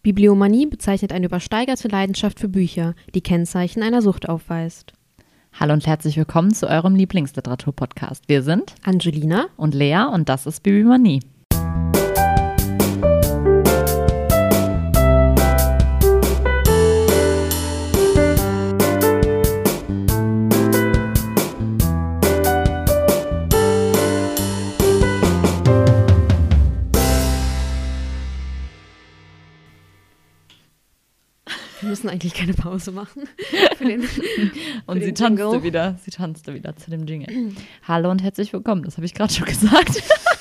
Bibliomanie bezeichnet eine übersteigerte Leidenschaft für Bücher, die Kennzeichen einer Sucht aufweist. Hallo und herzlich willkommen zu eurem Lieblingsliteratur-Podcast. Wir sind Angelina und Lea und das ist Bibliomanie. Wir müssen eigentlich keine Pause machen. Und sie tanzte wieder zu dem Jingle. Hallo und herzlich willkommen, das habe ich gerade schon gesagt.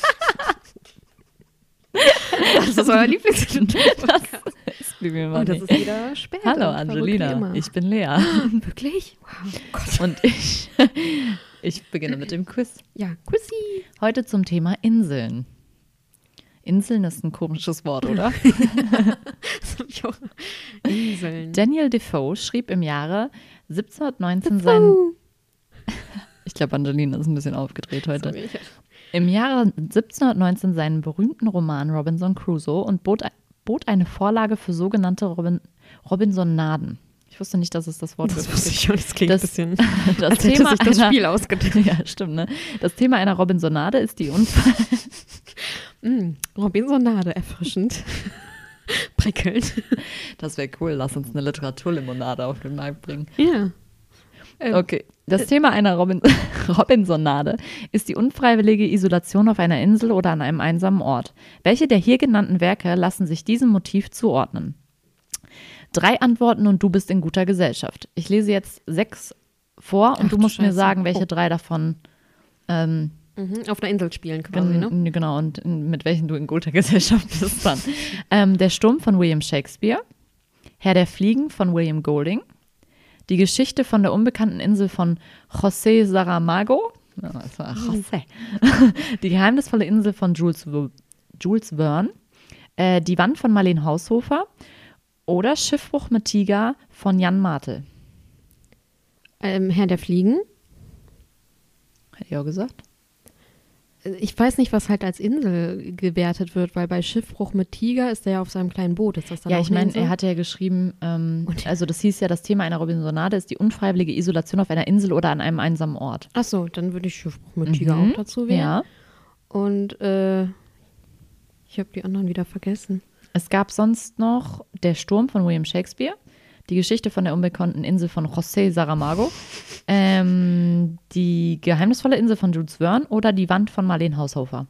Das ist euer Lieblingspodcast. Das ist Bibliomanie. Und das ist wieder spät. Hallo Angelina, ich bin Lea. Wirklich? Wow. Gott. Und ich beginne mit dem Quiz. Ja, Quizzy. Heute zum Thema Inseln. Inseln ist ein komisches Wort, oder? Das hab ich auch. Inseln. Daniel Defoe schrieb im Jahre 1719 seinen... Ich glaube, Angelina ist ein bisschen aufgedreht heute. Sorry. Im Jahre 1719 seinen berühmten Roman Robinson Crusoe und bot eine Vorlage für sogenannte Robinsonaden. Ich wusste nicht, dass es das Wort Das wusste ich schon, das klingt ein bisschen, das als hätte Thema sich das Spiel ausgedacht. Ja, stimmt, ne? Das Thema einer Robinsonade ist die Robinsonade, erfrischend. Prickelnd. Das wäre cool, lass uns eine Literaturlimonade auf den Markt bringen. Ja. Okay, das Thema einer Robinsonade ist die unfreiwillige Isolation auf einer Insel oder an einem einsamen Ort. Welche der hier genannten Werke lassen sich diesem Motiv zuordnen? 3 Antworten und du bist in guter Gesellschaft. Ich lese jetzt 6 vor und du musst mir sagen, welche 3 davon auf einer Insel spielen quasi, ne? Genau, und mit welchen du in guter Gesellschaft bist dann. Der Sturm von William Shakespeare, Herr der Fliegen von William Golding, die Geschichte von der unbekannten Insel von José Saramago, das war José. Die geheimnisvolle Insel von Jules Verne, die Wand von Marlene Haushofer oder Schiffbruch mit Tiger von Jan Martel. Herr der Fliegen. Hätte ich auch gesagt. Ich weiß nicht, was halt als Insel gewertet wird, weil bei Schiffbruch mit Tiger ist er ja auf seinem kleinen Boot. Ist das dann ja, auch ich meine, eine Insel? er hat ja geschrieben, also das hieß ja, das Thema einer Robinsonade ist die unfreiwillige Isolation auf einer Insel oder an einem einsamen Ort. Ach so, dann würde ich Schiffbruch mit Tiger auch dazu wählen. Ja. Und ich habe die anderen wieder vergessen. Es gab sonst noch Der Sturm von William Shakespeare, die Geschichte von der unbekannten Insel von José Saramago, die geheimnisvolle Insel von Jules Verne oder die Wand von Marlene Haushofer.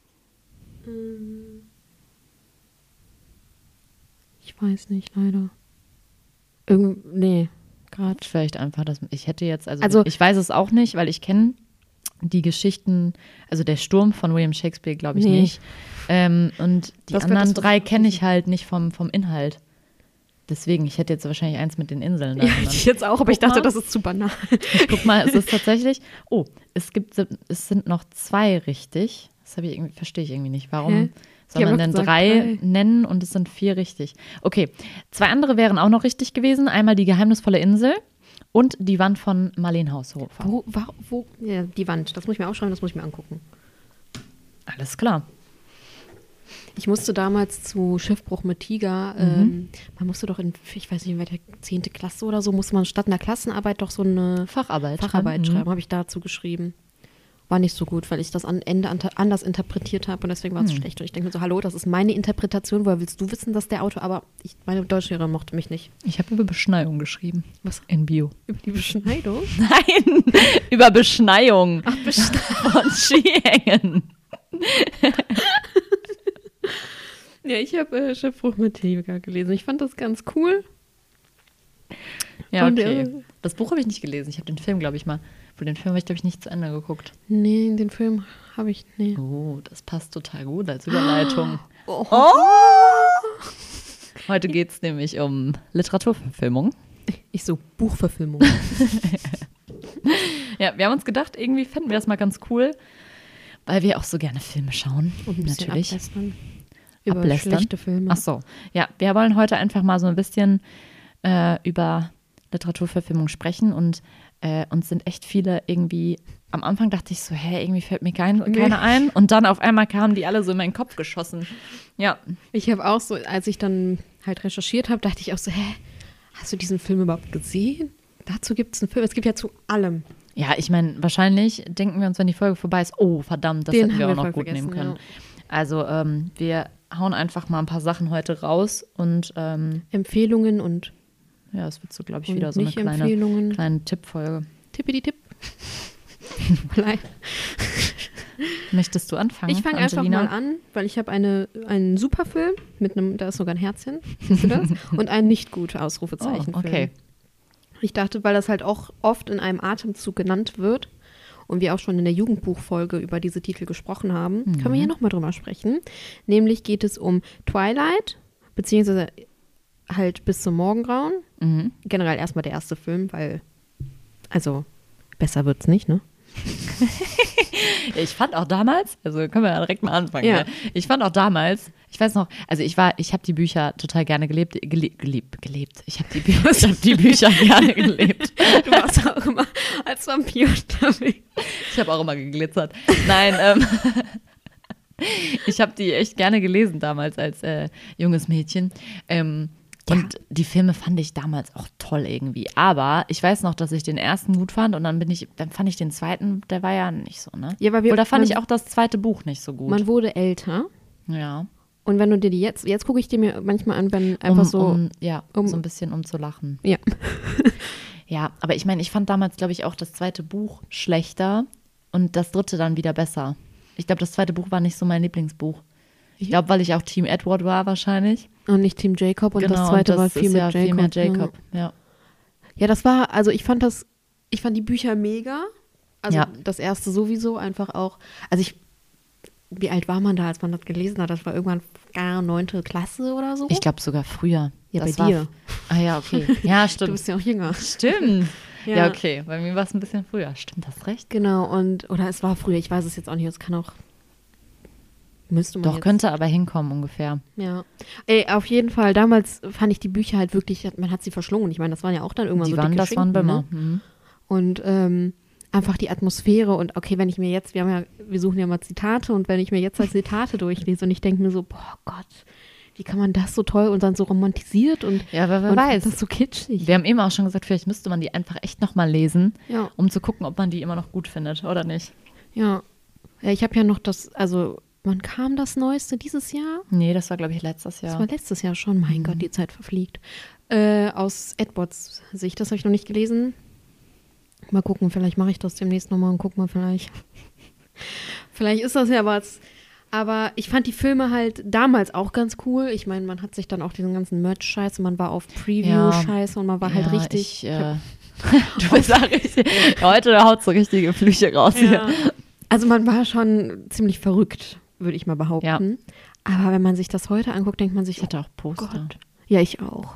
Ich weiß nicht, leider. Nee, gerade. Vielleicht einfach, ich hätte jetzt, also ich weiß es auch nicht, weil ich kenne die Geschichten, also Der Sturm von William Shakespeare glaube ich nicht. Und die anderen 3 kenne ich halt nicht vom Inhalt. Deswegen, ich hätte jetzt wahrscheinlich eins mit den Inseln. Ja, ich jetzt auch, aber ich dachte, das ist zu banal. Guck mal, es ist tatsächlich, es sind noch 2 richtig. Das verstehe ich irgendwie nicht. Warum soll man denn 3 nennen und es sind 4 richtig? Okay, 2 andere wären auch noch richtig gewesen. Einmal die geheimnisvolle Insel und die Wand von Marlene Haushofer. Wo? Ja, die Wand, das muss ich mir aufschreiben, das muss ich mir angucken. Alles klar. Ich musste damals zu Schiffbruch mit Tiger, man musste doch ich weiß nicht, in welcher 10. Klasse oder so, musste man statt einer Klassenarbeit doch so eine Facharbeit schreiben, habe ich dazu geschrieben. War nicht so gut, weil ich das am Ende anders interpretiert habe und deswegen war es schlecht. Und ich denke mir so, hallo, das ist meine Interpretation, woher willst du wissen, dass der Autor, aber meine Deutschlehrerin mochte mich nicht. Ich habe über Beschneiung geschrieben. Was? In Bio. Über die Beschneidung? Nein, über Beschneiung. Ach, Beschneiung. Von Skihängen. Ja, ich habe Schiffbruch mit Tiger gelesen. Ich fand das ganz cool. Ja, okay. Das Buch habe ich nicht gelesen. Ich habe den Film, glaube ich, mal. Für den Film habe ich, glaube ich, nicht zu Ende geguckt. Nee, den Film habe ich, nee. Oh, das passt total gut als Überleitung. Oh. Heute geht es nämlich um Literaturverfilmung. Ich so, Buchverfilmung. Ja, wir haben uns gedacht, irgendwie fänden wir das mal ganz cool, weil wir auch so gerne Filme schauen. Und ein bisschen natürlich. ablästern. Über schlechte Filme. Ach so, ja, wir wollen heute einfach mal so ein bisschen über Literaturverfilmung sprechen und uns sind echt viele irgendwie am Anfang dachte ich so, irgendwie fällt mir keiner ein. Und dann auf einmal kamen die alle so in meinen Kopf geschossen. Ja. Ich habe auch so, als ich dann halt recherchiert habe, dachte ich auch so, hast du diesen Film überhaupt gesehen? Dazu gibt es einen Film. Es gibt ja zu allem. Ja, ich meine, wahrscheinlich denken wir uns, wenn die Folge vorbei ist, oh, verdammt, das hätten wir auch noch gut nehmen können. Ja. Also, wir hauen einfach mal ein paar Sachen heute raus und Empfehlungen und ja, es wird so, glaube ich, wieder so eine kleine Tippfolge. Tippidi-Tipp. Möchtest du anfangen? Ich fange einfach mal an, weil ich habe einen super Film mit da ist sogar ein Herzchen, siehst du das? Und ein nicht gut Ausrufezeichen. Oh, okay. Ich dachte, weil das halt auch oft in einem Atemzug genannt wird und wir auch schon in der Jugendbuchfolge über diese Titel gesprochen haben, können wir hier nochmal drüber sprechen. Nämlich geht es um Twilight, beziehungsweise halt bis zum Morgengrauen. Generell erstmal der erste Film, weil, also besser wird's nicht, ne? Ich fand auch damals, also können wir ja direkt mal anfangen. Ja. Ne? Ich fand auch damals, ich weiß noch, also ich habe die Bücher total gerne gelebt. Ich habe die Bücher gerne gelebt. Du warst auch immer als Vampir unterwegs. Ich habe auch immer geglitzert. Nein, ich habe die echt gerne gelesen damals als junges Mädchen. Und die Filme fand ich damals auch toll irgendwie. Aber ich weiß noch, dass ich den ersten gut fand und dann fand ich den zweiten, der war ja nicht so, ne? Ja, oder fand ich auch das zweite Buch nicht so gut. Man wurde älter. Ja. Und wenn du dir die jetzt gucke ich dir mir manchmal an, wenn einfach so ein bisschen um zu lachen. Ja. Ja, aber ich meine, ich fand damals, glaube ich, auch das zweite Buch schlechter und das dritte dann wieder besser. Ich glaube, das zweite Buch war nicht so mein Lieblingsbuch. Ich glaube, weil ich auch Team Edward war wahrscheinlich. Und nicht Team Jacob und das zweite war viel mehr Jacob. Ja. Ja, das war, also ich fand die Bücher mega. Also das erste sowieso einfach auch, also wie alt war man da, als man das gelesen hat? Das war irgendwann gar 9. Klasse oder so? Ich glaube sogar früher. Ja, das bei dir. Ja, okay. Ja, stimmt. Du bist ja auch jünger. Stimmt. Ja, okay. Bei mir war es ein bisschen früher. Stimmt, hast recht. Genau, oder es war früher, ich weiß es jetzt auch nicht, es kann auch müsste man Doch, könnte aber hinkommen ungefähr. Ja. Auf jeden Fall, damals fand ich die Bücher halt wirklich, man hat sie verschlungen. Ich meine, das waren ja auch dann irgendwann das waren Bämmer. Ne? Und einfach die Atmosphäre und okay, wenn ich mir jetzt, wir suchen ja mal Zitate und wenn ich mir jetzt halt Zitate durchlese und ich denke mir so, boah Gott, wie kann man das so toll und dann so romantisiert und ja, wer weiß. Das ist so kitschig. Wir haben eben auch schon gesagt, vielleicht müsste man die einfach echt nochmal lesen, um zu gucken, ob man die immer noch gut findet oder nicht. Ja. Ich habe ja noch wann kam das Neueste dieses Jahr? Nee, das war, glaube ich, letztes Jahr. Das war letztes Jahr schon. Mein Gott, die Zeit verfliegt. Aus Edwards Sicht, das habe ich noch nicht gelesen. Mal gucken, vielleicht mache ich das demnächst nochmal und guck mal vielleicht. Vielleicht ist das ja was. Aber ich fand die Filme halt damals auch ganz cool. Ich meine, man hat sich dann auch diesen ganzen Merch-Scheiß und man war auf Preview-Scheiß und man war halt richtig. Du bist auch richtig. Heute haut so richtige Flüche raus hier. Also man war schon ziemlich verrückt, würde ich mal behaupten. Ja. Aber wenn man sich das heute anguckt, denkt man sich, ich hatte auch Poster. Gott. Ja, ich auch.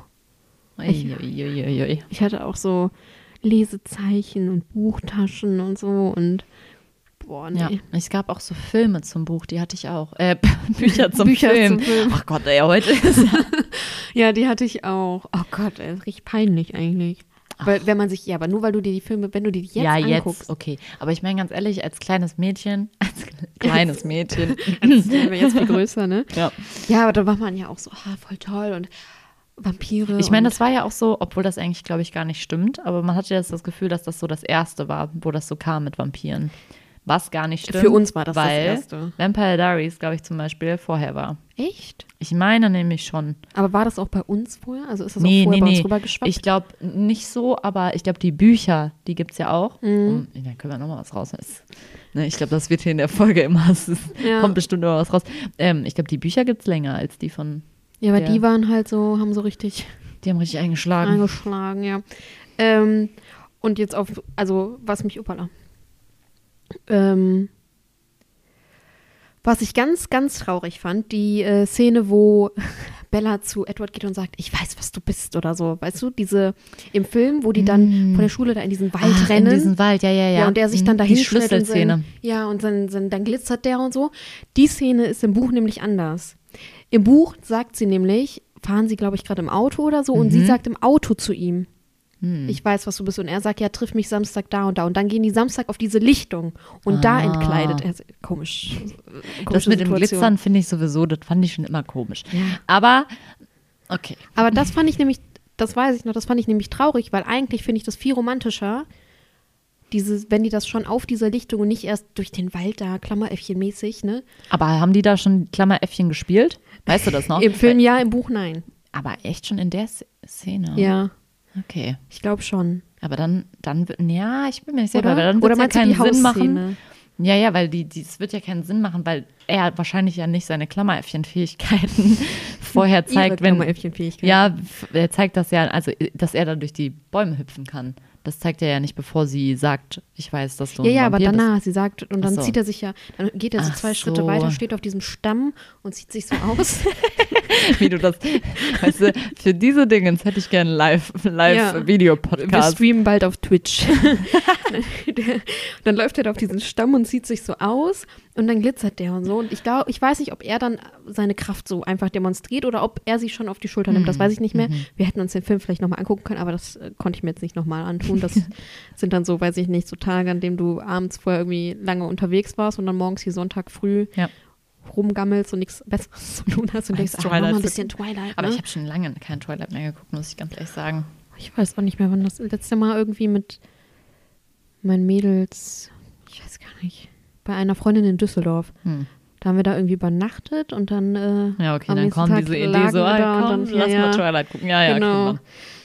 Ich hatte auch so Lesezeichen und Buchtaschen und so und boah, nee. Ja, es gab auch so Filme zum Buch, die hatte ich auch. Bücher zum Film. Ach Gott, heute ist ja, die hatte ich auch. Oh Gott, das ist richtig peinlich eigentlich. Weil, wenn man sich, aber nur weil du dir die Filme, wenn du die jetzt anguckst. Jetzt, okay. Aber ich meine ganz ehrlich, als kleines Mädchen, jetzt sind wir jetzt viel größer, ne? Ja, aber da war man ja auch so, voll toll und Vampire. Ich meine, das war ja auch so, obwohl das eigentlich, glaube ich, gar nicht stimmt, aber man hatte jetzt das Gefühl, dass das so das Erste war, wo das so kam mit Vampiren. Was gar nicht stimmt. Für uns war das weil das Erste. Vampire Diaries, glaube ich, zum Beispiel vorher war. Echt? Ich meine nämlich schon. Aber war das auch bei uns vorher? Also ist das auch vorher bei uns rübergeschwappt? Ich glaube nicht so, aber ich glaube, die Bücher, die gibt es ja auch. Dann können wir nochmal was raus. Ich glaube, das wird hier in der Folge immer, kommt bestimmt immer was raus. Ich glaube, die Bücher gibt es länger als die von. Ja, aber die waren halt so, haben so richtig. Die haben richtig eingeschlagen. Ja. Und jetzt was mich was ich ganz, ganz traurig fand, die Szene, wo Bella zu Edward geht und sagt, ich weiß, was du bist oder so. Weißt du, im Film, wo die dann von der Schule da in diesen Wald rennen. In diesen Wald, ja. Ja, und der sich dann dahin die Schlüsselszene. Und dann glitzert der und so. Die Szene ist im Buch nämlich anders. Im Buch sagt sie nämlich, fahren sie, glaube ich, gerade im Auto oder so und sie sagt im Auto zu ihm. Ich weiß, was du bist. Und er sagt, ja, triff mich Samstag da und da. Und dann gehen die Samstag auf diese Lichtung. Und da entkleidet er. Komisch. Das mit dem Glitzern finde ich sowieso, das fand ich schon immer komisch. Ja. Aber, okay. Aber das fand ich nämlich, das weiß ich noch, das fand ich nämlich traurig, weil eigentlich finde ich das viel romantischer, wenn die das schon auf dieser Lichtung und nicht erst durch den Wald da, Klammeräffchen-mäßig, ne? Aber haben die da schon Klammeräffchen gespielt? Weißt du das noch? Im Film ja, im Buch nein. Aber echt schon in der Szene? Ja. Okay. Ich glaube schon. Aber dann, ja, ich bin mir nicht sicher, Oder? weil dann Oder wird es ja meinst du keinen die Sinn Hausszene? machen. Ja, weil es wird ja keinen Sinn machen, weil er wahrscheinlich ja nicht seine Klammeräffchen-Fähigkeiten vorher zeigt, Klammeräffchen-Fähigkeiten. Ja, er zeigt das ja, also dass er da durch die Bäume hüpfen kann. Das zeigt er ja nicht, bevor sie sagt, ich weiß, dass du ein Ja, aber Vampir danach, sie sagt, und dann Ach so. zieht er sich ja, dann geht er so Ach 2 Schritte so. weiter, steht auf diesem Stamm und zieht sich so aus. bist. Wie du das, weißt du, für diese Dingens hätte ich gerne einen Wir Live-Video-Podcast. streamen bald auf Twitch. Dann läuft er da auf diesen Stamm und zieht sich so aus und dann glitzert der und so. Und ich weiß nicht, ob er dann seine Kraft so einfach demonstriert oder ob er sie schon auf die Schulter nimmt. Das weiß ich nicht mehr. Wir hätten uns den Film vielleicht nochmal angucken können, aber das konnte ich mir jetzt nicht nochmal antun. Das sind dann so, weiß ich nicht, so Tage, an denen du abends vorher irgendwie lange unterwegs warst und dann morgens hier Sonntag früh rumgammelst und nichts Besseres zu tun hast und denkst, mach mal ein bisschen Twilight. Ne? Aber ich habe schon lange kein Twilight mehr geguckt, muss ich ganz ehrlich sagen. Ich weiß auch nicht mehr, wann das letzte Mal irgendwie mit meinen Mädels, ich weiß gar nicht, bei einer Freundin in Düsseldorf. Da haben wir da irgendwie übernachtet und dann Ja, okay, am dann nächsten kommt Tag diese Idee lagen so, wir da komm, und dann, lass mal Twilight gucken. Ja, genau.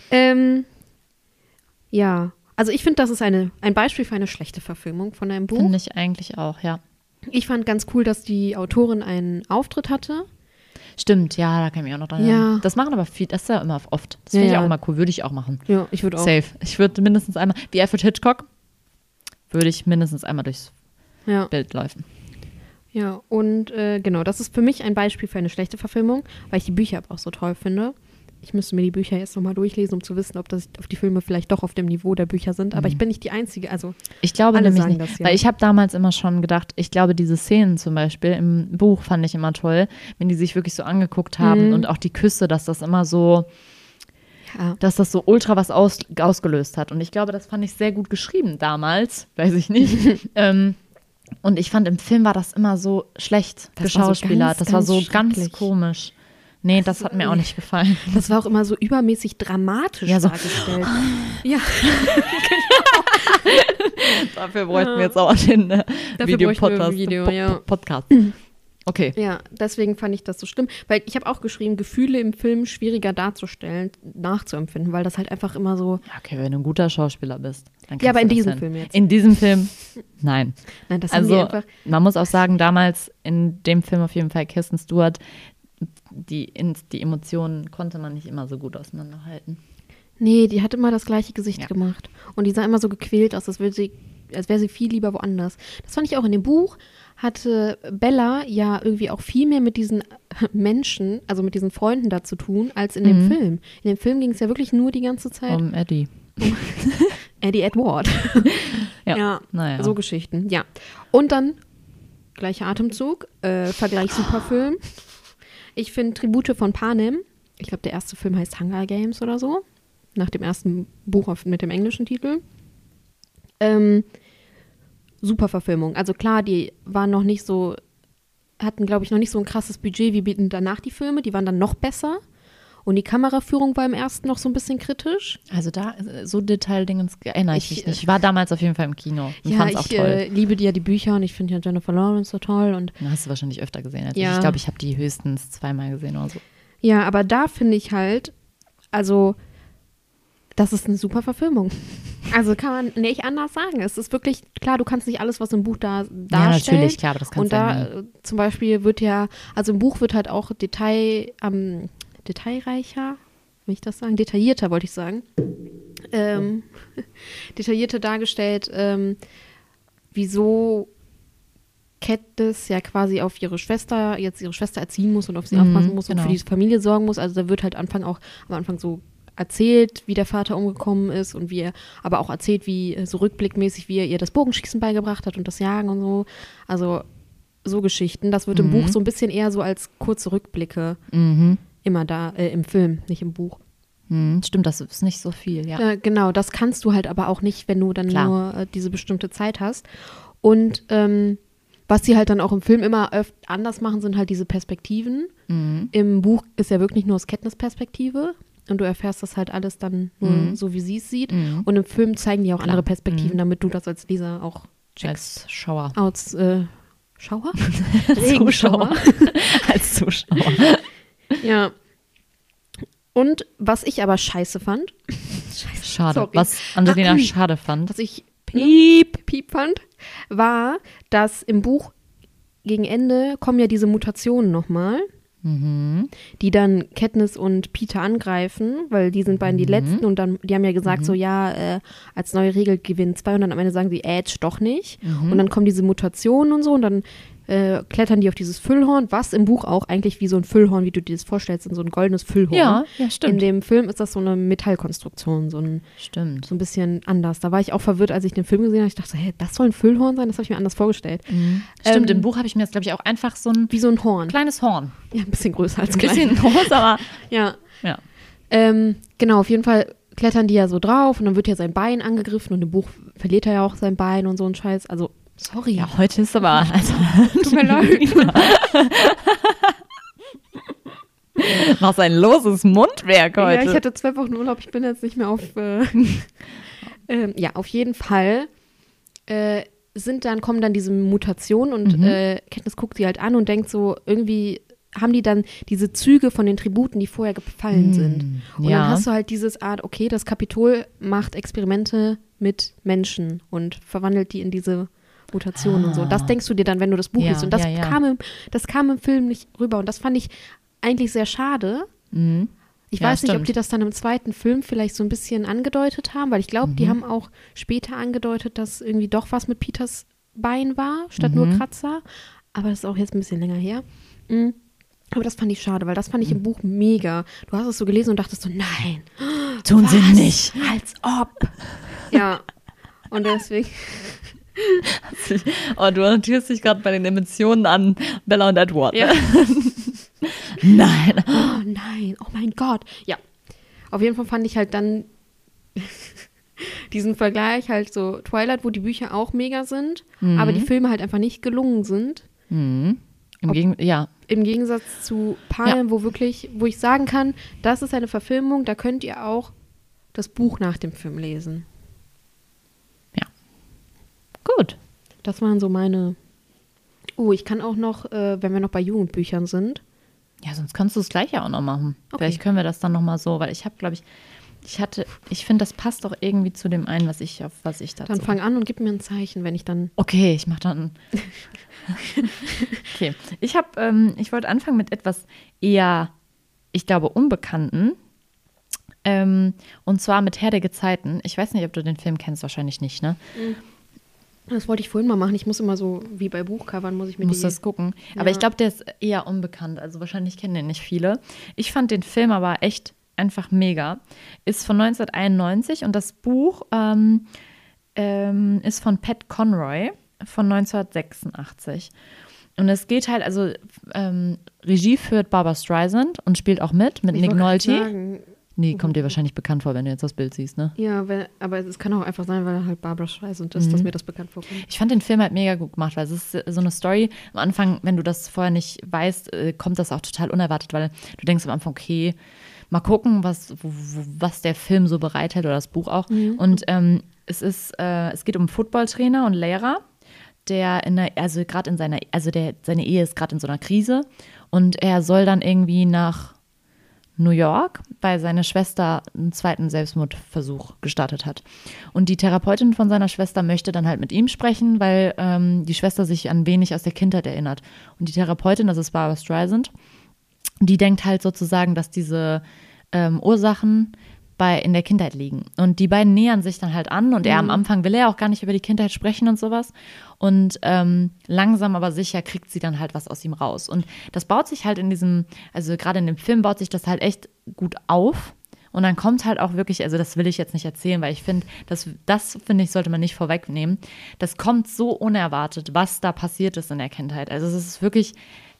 Ja, also ich finde, das ist ein Beispiel für eine schlechte Verfilmung von einem Buch. Finde ich eigentlich auch, ja. Ich fand ganz cool, dass die Autorin einen Auftritt hatte. Stimmt, ja, da kann ich mich auch noch dran erinnern. Das machen aber viel, das ist ja immer oft. Das finde ich auch immer cool, würde ich auch machen. Ja, ich würde auch. Safe. Ich würde mindestens einmal, wie Alfred Hitchcock, würde ich mindestens einmal durchs Bild laufen. Ja, und genau, das ist für mich ein Beispiel für eine schlechte Verfilmung, weil ich die Bücher aber auch so toll finde. Ich müsste mir die Bücher jetzt nochmal durchlesen, um zu wissen, ob die Filme vielleicht doch auf dem Niveau der Bücher sind. Aber ich bin nicht die Einzige. Also ich glaube alle nämlich sagen nicht, das, ja. weil ich habe damals immer schon gedacht, ich glaube, diese Szenen zum Beispiel im Buch fand ich immer toll, wenn die sich wirklich so angeguckt haben und auch die Küsse, dass das immer so, dass das so ultra was ausgelöst hat. Und ich glaube, das fand ich sehr gut geschrieben damals, weiß ich nicht. Und ich fand, im Film war das immer so schlecht geschauspielert. Das war so ganz komisch. Nee, das hat mir auch nicht gefallen. Das war auch immer so übermäßig dramatisch dargestellt. Ja, Dafür bräuchten wir jetzt auch den Video-Podcast. Podcast. Okay. Ja, deswegen fand ich das so schlimm. Weil ich habe auch geschrieben, Gefühle im Film schwieriger darzustellen, nachzuempfinden, weil das halt einfach immer so. Ja, okay, wenn du ein guter Schauspieler bist, dann kannst ja, aber du in das diesem hin. Film jetzt. In diesem Film, nein. Nein, das haben die einfach. Man muss auch sagen, damals in dem Film auf jeden Fall Kirsten Stewart, die Emotionen konnte man nicht immer so gut auseinanderhalten. Nee, die hat immer das gleiche Gesicht gemacht. Und die sah immer so gequält aus, als wäre sie viel lieber woanders. Das fand ich auch in dem Buch, hatte Bella ja irgendwie auch viel mehr mit diesen Menschen, also mit diesen Freunden da zu tun, als in dem Film. In dem Film ging es ja wirklich nur die ganze Zeit Um Eddie. Eddie Edward. Ja, naja. So Geschichten, ja. Und dann, gleicher Atemzug, Vergleich Superfilm. Ich finde Tribute von Panem, ich glaube, der erste Film heißt Hunger Games oder so, nach dem ersten Buch mit dem englischen Titel. Super Verfilmung. Also klar, die waren noch nicht so, hatten, glaube ich, noch nicht so ein krasses Budget wie danach die Filme, die waren dann noch besser. Und die Kameraführung war im ersten noch so ein bisschen kritisch. Also da, so Detaildingens erinnere ich mich nicht. Ich war damals auf jeden Fall im Kino und fand es auch toll. Ich liebe ja die Bücher und ich finde ja Jennifer Lawrence so toll. Und Na, hast du wahrscheinlich öfter gesehen als Ja. ich. Ich glaube, ich habe die höchstens 2-mal gesehen oder so. ja, aber da finde ich halt, also das ist eine super Verfilmung. Also kann man nicht anders sagen. Es ist wirklich, klar, du kannst nicht alles, was im Buch da darstellt. Ja, natürlich, klar, aber das kannst Und du ja da zum Beispiel wird ja, also im Buch wird halt auch detailreicher, will ich das sagen? Detaillierter, wollte ich sagen. Detaillierter dargestellt, wieso Katniss ja quasi auf ihre Schwester erziehen muss und auf sie aufpassen muss und für die Familie sorgen muss. Also da wird halt am Anfang so erzählt, wie der Vater umgekommen ist und wie er, aber auch erzählt, wie so rückblickmäßig, wie er ihr das Bogenschießen beigebracht hat und das Jagen und so. Also so Geschichten. Das wird im Buch so ein bisschen eher so als kurze Rückblicke immer da, im Film, nicht im Buch. Stimmt, das ist nicht so viel, ja. Genau, das kannst du halt aber auch nicht, wenn du dann nur diese bestimmte Zeit hast. Und was sie halt dann auch im Film immer anders machen, sind halt diese Perspektiven. Im Buch ist ja wirklich nur aus Katniss Perspektive und du erfährst das halt alles dann nur so, wie sie es sieht. Und im Film zeigen die auch andere Perspektiven, damit du das als Leser auch checkst. Als Schauer. Als Schauer? Zuschauer. Als Zuschauer. Ja. Und was ich aber scheiße fand. Schade. Sorry. Was Angelina schade fand. Was ich Piep fand, war, dass im Buch gegen Ende kommen ja diese Mutationen nochmal, die dann Katniss und Peter angreifen, weil die sind beiden die Letzten und dann, die haben ja gesagt so, ja, als neue Regel gewinnen 2 und dann am Ende sagen sie, doch nicht. Und dann kommen diese Mutationen und so und dann klettern die auf dieses Füllhorn, was im Buch auch eigentlich wie so ein Füllhorn, wie du dir das vorstellst, in so ein goldenes Füllhorn. Ja, stimmt. In dem Film ist das so eine Metallkonstruktion, so ein bisschen anders. Da war ich auch verwirrt, als ich den Film gesehen habe. Ich dachte, das soll ein Füllhorn sein? Das habe ich mir anders vorgestellt. Stimmt, im Buch habe ich mir das, glaube ich, auch einfach so ein... Wie so ein Horn. Kleines Horn. Ja, ein bisschen größer als klein. Ein bisschen groß, aber... Ja. Ja. Genau, auf jeden Fall klettern die ja so drauf und dann wird ja sein Bein angegriffen und im Buch verliert er ja auch sein Bein und so ein Scheiß. Also, sorry. Ja, heute ist aber... Also, tut mir leid. Was ein loses Mundwerk heute. Ja, ich hatte 2 Wochen Urlaub, ich bin jetzt nicht mehr auf... ja, auf jeden Fall kommen dann diese Mutationen und Katniss guckt sie halt an und denkt so, irgendwie haben die dann diese Züge von den Tributen, die vorher gefallen sind. Und dann hast du halt dieses Art, okay, das Kapitol macht Experimente mit Menschen und verwandelt die in diese Mutationen und so. Das denkst du dir dann, wenn du das Buch liest. Und das kam im Film nicht rüber. Und das fand ich eigentlich sehr schade. Ich weiß nicht, ob die das dann im zweiten Film vielleicht so ein bisschen angedeutet haben, weil ich glaube, die haben auch später angedeutet, dass irgendwie doch was mit Peters Bein war, statt nur Kratzer. Aber das ist auch jetzt ein bisschen länger her. Aber das fand ich schade, weil das fand ich im Buch mega. Du hast es so gelesen und dachtest so, nein. Tun sie nicht. Als ob. Ja. Und deswegen... Oh, du orientierst dich gerade bei den Emotionen an Bella und Edward. Ja. Nein. Oh nein, oh mein Gott. Ja, auf jeden Fall fand ich halt dann diesen Vergleich halt so Twilight, wo die Bücher auch mega sind, aber die Filme halt einfach nicht gelungen sind. Im Gegensatz zu Palm, wo ich sagen kann, das ist eine Verfilmung, da könnt ihr auch das Buch nach dem Film lesen. Ja. Gut. Das waren so meine... Oh, ich kann auch noch, wenn wir noch bei Jugendbüchern sind. Ja, sonst kannst du es gleich ja auch noch machen. Okay. Vielleicht können wir das dann noch mal so, weil ich habe, glaube ich, ich finde, das passt doch irgendwie zu dem einen, was ich dazu... Dann fang an und gib mir ein Zeichen, wenn ich dann... Okay, ich mache dann... Okay, ich wollte anfangen mit etwas eher, ich glaube, Unbekannten. Und zwar mit Herr der Gezeiten. Ich weiß nicht, ob du den Film kennst, wahrscheinlich nicht, ne? Das wollte ich vorhin mal machen. Ich muss immer so, wie bei Buchcovern, muss das gucken. Ja. Aber ich glaube, der ist eher unbekannt. Also wahrscheinlich kennen den nicht viele. Ich fand den Film aber echt einfach mega. Ist von 1991 und das Buch ist von Pat Conroy von 1986. Und es geht halt, also Regie führt Barbra Streisand und spielt auch mit Nick Nolte. Nee, kommt dir wahrscheinlich bekannt vor, wenn du jetzt das Bild siehst, ne? Ja, aber es kann auch einfach sein, weil er halt Barbra Streisand ist, dass mir das bekannt vorkommt. Ich fand den Film halt mega gut gemacht, weil es ist so eine Story. Am Anfang, wenn du das vorher nicht weißt, kommt das auch total unerwartet, weil du denkst am Anfang, okay, mal gucken, was der Film so bereithält oder das Buch auch. Und es geht um einen Footballtrainer und Lehrer, der seine Ehe ist gerade in so einer Krise und er soll dann irgendwie nach New York, weil seine Schwester einen zweiten Selbstmordversuch gestartet hat. Und die Therapeutin von seiner Schwester möchte dann halt mit ihm sprechen, weil die Schwester sich an wenig aus der Kindheit erinnert. Und die Therapeutin, das ist Barbra Streisand, die denkt halt sozusagen, dass diese Ursachen in der Kindheit liegen. Und die beiden nähern sich dann halt an und am Anfang will er auch gar nicht über die Kindheit sprechen und sowas. Und langsam aber sicher kriegt sie dann halt was aus ihm raus. Und das baut sich halt also gerade in dem Film baut sich das halt echt gut auf. Und dann kommt halt auch wirklich, also das will ich jetzt nicht erzählen, weil ich finde, das finde ich, sollte man nicht vorwegnehmen. Das kommt so unerwartet, was da passiert ist in der Kindheit. Also es ist wirklich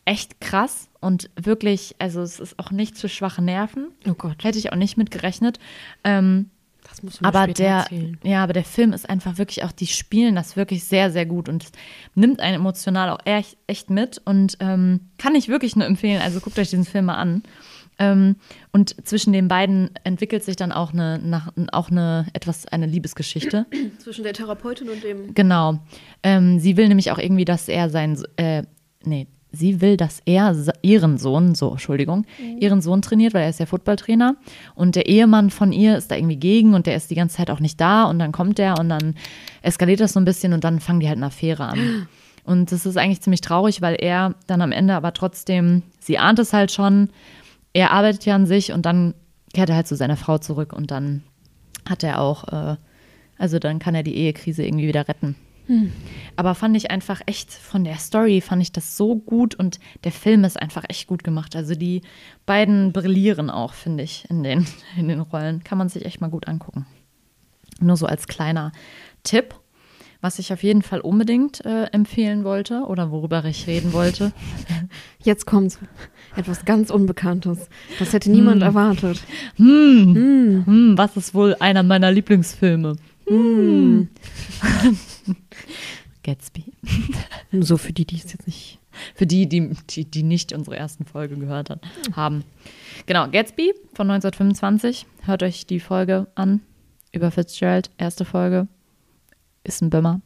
echt krass und wirklich, also es ist auch nicht für schwache Nerven. Oh Gott. Hätte ich auch nicht mit gerechnet. Das musst du mir später erzählen. Ja, aber der Film ist einfach wirklich auch, die spielen das wirklich sehr, sehr gut und nimmt einen emotional auch echt mit und kann ich wirklich nur empfehlen. Also guckt euch diesen Film mal an. Und zwischen den beiden entwickelt sich dann auch eine Liebesgeschichte. Zwischen der Therapeutin und dem. Genau. Sie will nämlich auch irgendwie, dass er sie will, dass er ihren Sohn trainiert, weil er ist ja Footballtrainer. Und der Ehemann von ihr ist da irgendwie gegen und der ist die ganze Zeit auch nicht da. Und dann kommt der und dann eskaliert das so ein bisschen und dann fangen die halt eine Affäre an. Und das ist eigentlich ziemlich traurig, weil er dann am Ende aber trotzdem, sie ahnt es halt schon, er arbeitet ja an sich und dann kehrt er halt zu seiner Frau zurück und dann hat er auch, dann kann er die Ehekrise irgendwie wieder retten. Aber fand ich einfach echt, von der Story fand ich das so gut und der Film ist einfach echt gut gemacht. Also die beiden brillieren auch, finde ich, in den Rollen. Kann man sich echt mal gut angucken. Nur so als kleiner Tipp, was ich auf jeden Fall unbedingt empfehlen wollte oder worüber ich reden wollte. Jetzt kommt etwas ganz Unbekanntes. Das hätte niemand erwartet. Was ist wohl einer meiner Lieblingsfilme? Gatsby. So für die es jetzt nicht. Für die nicht unsere ersten Folge gehört haben. Genau, Gatsby von 1925. Hört euch die Folge an über Fitzgerald. Erste Folge. Ist ein Bömmer.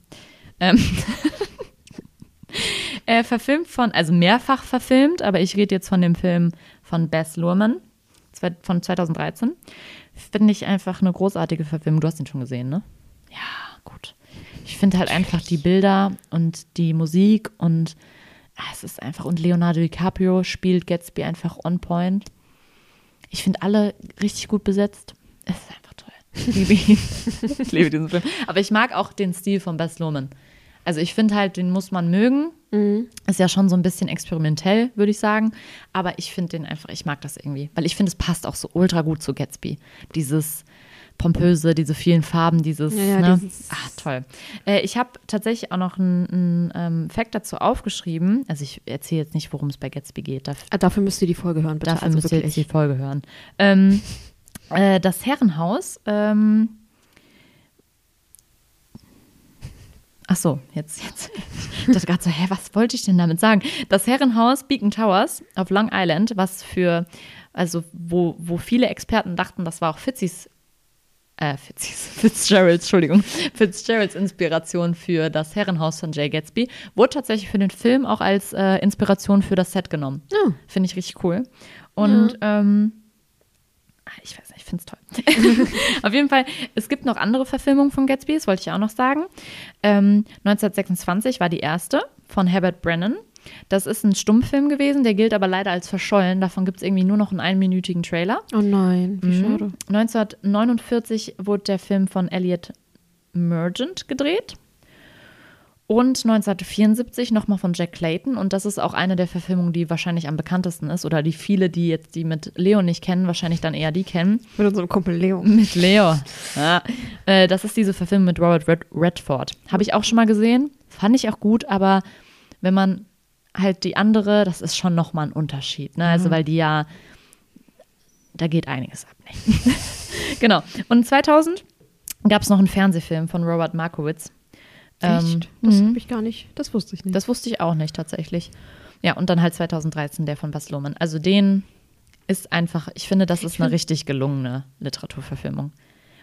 Mehrfach verfilmt, aber ich rede jetzt von dem Film von Baz Luhrmann von 2013. Finde ich einfach eine großartige Verfilmung. Du hast ihn schon gesehen, ne? Ja, gut. Ich finde halt einfach die Bilder und die Musik und es ist einfach, und Leonardo DiCaprio spielt Gatsby einfach on point. Ich finde alle richtig gut besetzt. Es ist einfach toll. Ich liebe ihn. Ich liebe diesen Film. Aber ich mag auch den Stil von Baz Luhrmann. Also ich finde halt, den muss man mögen. Ist ja schon so ein bisschen experimentell, würde ich sagen. Aber ich finde den einfach, ich mag das irgendwie. Weil ich finde, es passt auch so ultra gut zu Gatsby. Dieses Pompöse, diese vielen Farben, dieses, toll. Ich habe tatsächlich auch noch einen Fact dazu aufgeschrieben. Also ich erzähle jetzt nicht, worum es bei Gatsby geht. Dafür müsst ihr die Folge hören, bitte. Dafür müsst ihr jetzt die Folge hören. Das Herrenhaus, ach so, jetzt. Ich dachte gerade so, was wollte ich denn damit sagen? Das Herrenhaus Beacon Towers auf Long Island, wo viele Experten dachten, das war auch Fitzgeralds Inspiration für das Herrenhaus von Jay Gatsby, wurde tatsächlich für den Film auch als Inspiration für das Set genommen. Oh. Finde ich richtig cool. Und ich weiß nicht, ich finde es toll. Auf jeden Fall, es gibt noch andere Verfilmungen von Gatsby, das wollte ich auch noch sagen. 1926 war die erste von Herbert Brennan. Das ist ein Stummfilm gewesen, der gilt aber leider als verschollen. Davon gibt es irgendwie nur noch einen einminütigen Trailer. Oh nein, wie schade. 1949 wurde der Film von Elliot Mergent gedreht. Und 1974 nochmal von Jack Clayton. Und das ist auch eine der Verfilmungen, die wahrscheinlich am bekanntesten ist. Oder die viele, die mit Leo nicht kennen, wahrscheinlich dann eher die kennen. Mit unserem Kumpel Leo. Mit Leo. Ja. Das ist diese Verfilmung mit Robert Redford. Habe ich auch schon mal gesehen. Fand ich auch gut, aber wenn man halt die andere, das ist schon nochmal ein Unterschied. Ne? Also weil die ja, da geht einiges ab. Ne? Genau. Und 2000 gab es noch einen Fernsehfilm von Robert Markowitz. Echt? Das habe ich gar nicht, das wusste ich nicht. Das wusste ich auch nicht tatsächlich. Ja, und dann halt 2013 der von Baz Luhrmann. Also den ist einfach, ich finde, das ist eine richtig gelungene Literaturverfilmung.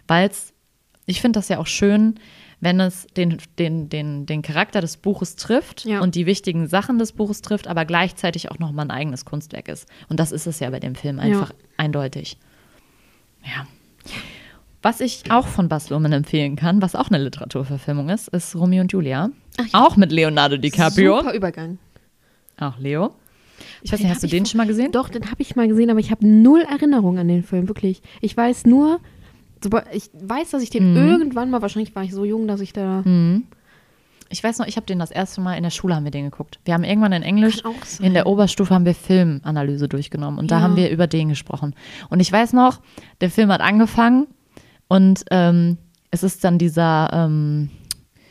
Ich finde das ja auch schön, wenn es den Charakter des Buches trifft und die wichtigen Sachen des Buches trifft, aber gleichzeitig auch nochmal ein eigenes Kunstwerk ist. Und das ist es ja bei dem Film einfach eindeutig. Ja. Was ich auch von Baz Luhrmann empfehlen kann, was auch eine Literaturverfilmung ist Romeo und Julia. Ach, ja. Auch mit Leonardo DiCaprio. Super Übergang. Auch Leo. Ich weiß nicht, hast du den schon mal gesehen? Doch, den habe ich mal gesehen, aber ich habe null Erinnerung an den Film, wirklich. Ich weiß nur, ich weiß, dass ich den irgendwann mal, wahrscheinlich war ich so jung, dass ich da... Ich weiß noch, ich habe den das erste Mal in der Schule haben wir den geguckt. Wir haben irgendwann in Englisch, in der Oberstufe haben wir Filmanalyse durchgenommen und da haben wir über den gesprochen. Und ich weiß noch, der Film hat angefangen und es ist dann dieser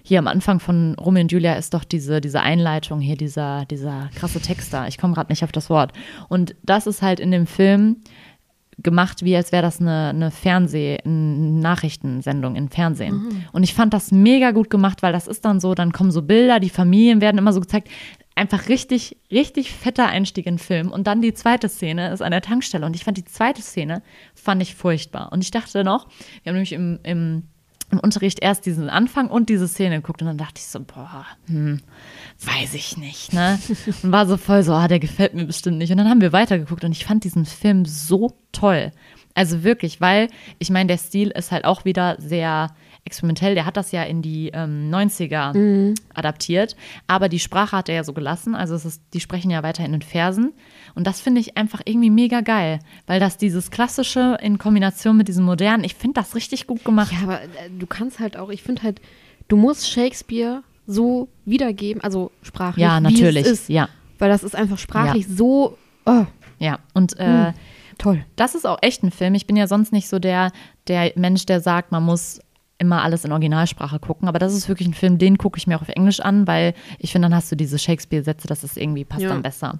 hier am Anfang von Romeo und Julia ist doch diese Einleitung hier, dieser krasse Text da. Ich komme gerade nicht auf das Wort. Und das ist halt in dem Film gemacht, wie als wäre das eine Nachrichtensendung im Fernsehen. Mhm. Und ich fand das mega gut gemacht, weil das ist dann so, dann kommen so Bilder, die Familien werden immer so gezeigt. Einfach richtig, richtig fetter Einstieg in den Film. Und dann die zweite Szene ist an der Tankstelle. Und ich fand die zweite Szene, fand ich furchtbar. Und ich dachte noch, wir haben nämlich im Unterricht erst diesen Anfang und diese Szene geguckt. Und dann dachte ich so, boah, weiß ich nicht, ne? Und war so voll so, der gefällt mir bestimmt nicht. Und dann haben wir weitergeguckt und ich fand diesen Film so toll. Also wirklich, weil, ich meine, der Stil ist halt auch wieder sehr experimentell. Der hat das ja in die 90er adaptiert. Aber die Sprache hat er ja so gelassen. Also die sprechen ja weiterhin in Versen. Und das finde ich einfach irgendwie mega geil. Weil das dieses Klassische in Kombination mit diesem Modernen, ich finde das richtig gut gemacht. Ja, aber du kannst halt auch, ich finde halt, du musst Shakespeare so wiedergeben, also sprachlich, ja, natürlich, wie es ist. Ja. Weil das ist einfach sprachlich so, Ja, und toll. Das ist auch echt ein Film. Ich bin ja sonst nicht so der Mensch, der sagt, man muss immer alles in Originalsprache gucken. Aber das ist wirklich ein Film, den gucke ich mir auch auf Englisch an, weil ich finde, dann hast du diese Shakespeare-Sätze, das ist irgendwie, passt dann besser.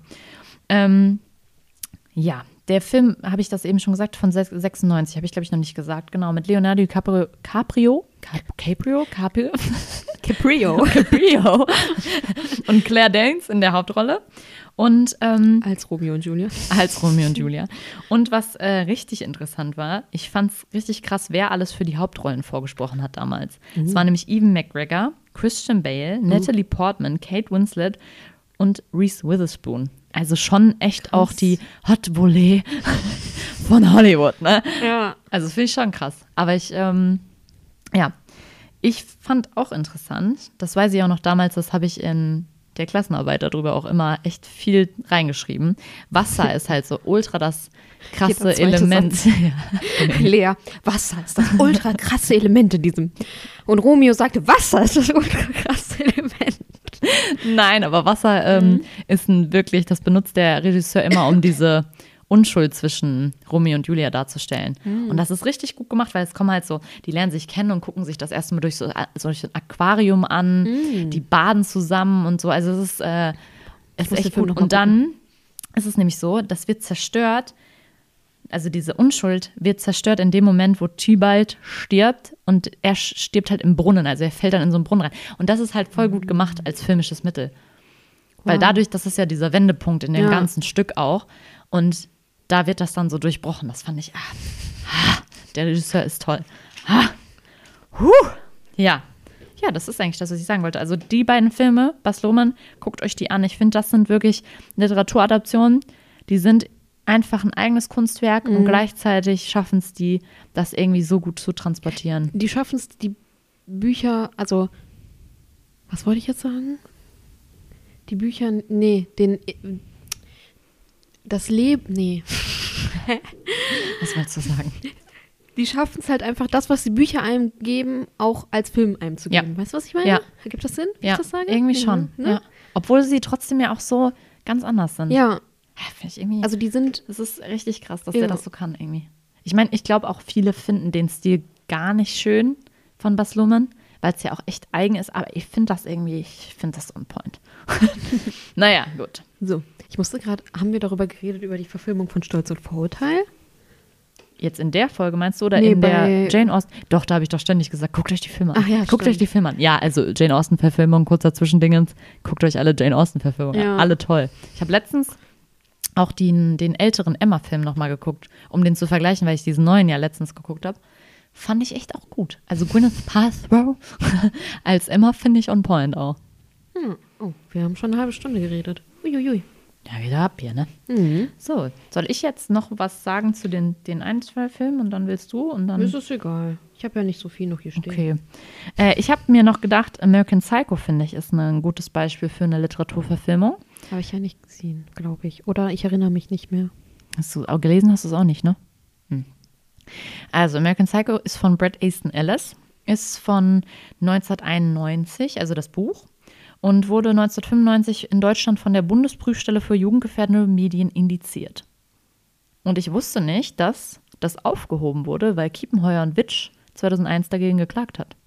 Ja, der Film, habe ich das eben schon gesagt, von 96, habe ich, glaube ich, noch nicht gesagt. Genau, mit Leonardo DiCaprio und Claire Danes in der Hauptrolle. Und als Romeo und Julia. Und was richtig interessant war, ich fand es richtig krass, wer alles für die Hauptrollen vorgesprochen hat damals. Es war nämlich Ewan McGregor, Christian Bale, Natalie Portman, Kate Winslet und Reese Witherspoon. Also schon echt krass. Auch die Hot Volée von Hollywood, ne? Ja. Also finde ich schon krass. Aber ich fand auch interessant, das weiß ich auch noch damals, das habe ich in der Klassenarbeit darüber auch immer echt viel reingeschrieben. Wasser ist halt so ultra das krasse Element. Lea, Wasser ist das ultra krasse Element in diesem. Und Romeo sagte, Wasser ist das ultra krasse Element. Nein, aber Wasser ist wirklich, das benutzt der Regisseur immer, um diese Unschuld zwischen Romeo und Julia darzustellen. Und das ist richtig gut gemacht, weil es kommen halt so, die lernen sich kennen und gucken sich das erste Mal durch so ein Aquarium an, die baden zusammen und so. Also es ist echt gut. Und dann ist es nämlich so, das wird zerstört, also diese Unschuld wird zerstört in dem Moment, wo Tybalt stirbt und er stirbt halt im Brunnen, also er fällt dann in so einen Brunnen rein. Und das ist halt voll gut gemacht als filmisches Mittel. Weil dadurch, das ist ja dieser Wendepunkt in dem ganzen Stück auch und da wird das dann so durchbrochen. Das fand ich, der Regisseur ist toll. Ja, das ist eigentlich das, was ich sagen wollte. Also die beiden Filme, Baz Luhrmann, guckt euch die an. Ich finde, das sind wirklich Literaturadaptionen, die sind einfach ein eigenes Kunstwerk und gleichzeitig schaffen es die, das irgendwie so gut zu transportieren. Die schaffen es, die Bücher, also, was wollte ich jetzt sagen? Die Bücher, das Leben, Was wolltest du sagen? Die schaffen es halt einfach, das, was die Bücher einem geben, auch als Film einem zu geben. Ja. Weißt du, was ich meine? Ja. Gibt das Sinn, wenn ich das sage? Irgendwie schon. Ne? Ja. Obwohl sie trotzdem ja auch so ganz anders sind. Ja. Finde ich irgendwie. Also die sind. Es ist richtig krass, dass der das so kann irgendwie. Ich meine, ich glaube auch viele finden den Stil gar nicht schön von Baz Luhrmann, weil es ja auch echt eigen ist. Aber ich finde das irgendwie, ich finde das on point. Naja, gut. So, ich musste gerade, haben wir darüber geredet, über die Verfilmung von Stolz und Vorurteil? Jetzt in der Folge meinst du oder in der Jane Austen? Doch, da habe ich doch ständig gesagt, guckt euch die Filme an. Ach ja, guckt euch die Filme an. Ja, also Jane Austen-Verfilmung, kurzer Zwischendingens. Guckt euch alle Jane Austen-Verfilmungen an. Alle toll. Ich habe letztens auch den älteren Emma-Film nochmal geguckt, um den zu vergleichen, weil ich diesen neuen ja letztens geguckt habe. Fand ich echt auch gut. Also Gwyneth Paltrow als Emma finde ich on point auch. Oh, wir haben schon eine halbe Stunde geredet. Uiuiui. Ja, wieder ab hier, ne? So, soll ich jetzt noch was sagen zu den ein, zwei Filmen und dann willst du? Und dann ist es egal. Ich habe ja nicht so viel noch hier stehen. Okay. Ich habe mir noch gedacht, American Psycho, finde ich, ist ein gutes Beispiel für eine Literaturverfilmung. Habe ich ja nicht gesehen, glaube ich. Oder ich erinnere mich nicht mehr. Hast du auch gelesen? Hast du es auch nicht, ne? Also, American Psycho ist von Bret Easton Ellis, ist von 1991, also das Buch. Und wurde 1995 in Deutschland von der Bundesprüfstelle für jugendgefährdende Medien indiziert. Und ich wusste nicht, dass das aufgehoben wurde, weil Kiepenheuer und Witsch 2001 dagegen geklagt hat.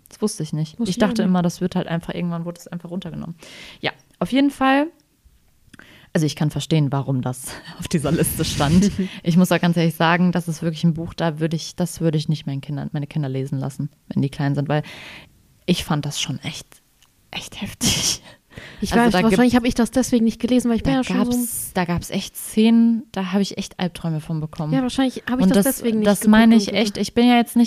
Das wusste ich nicht. Ich dachte immer, das wird halt einfach, irgendwann wurde es einfach runtergenommen. Ja, auf jeden Fall. Also ich kann verstehen, warum das auf dieser Liste stand. Ich muss auch ganz ehrlich sagen, das ist wirklich ein Buch, das würde ich nicht meine Kinder lesen lassen, wenn die klein sind, weil ich fand das schon echt heftig. Ich weiß, wahrscheinlich habe ich das deswegen nicht gelesen, weil ich bin ja schon so... Da gab es echt Szenen, da habe ich echt Albträume von bekommen. Ja, wahrscheinlich habe ich das deswegen nicht das meine ich echt, ich bin ja jetzt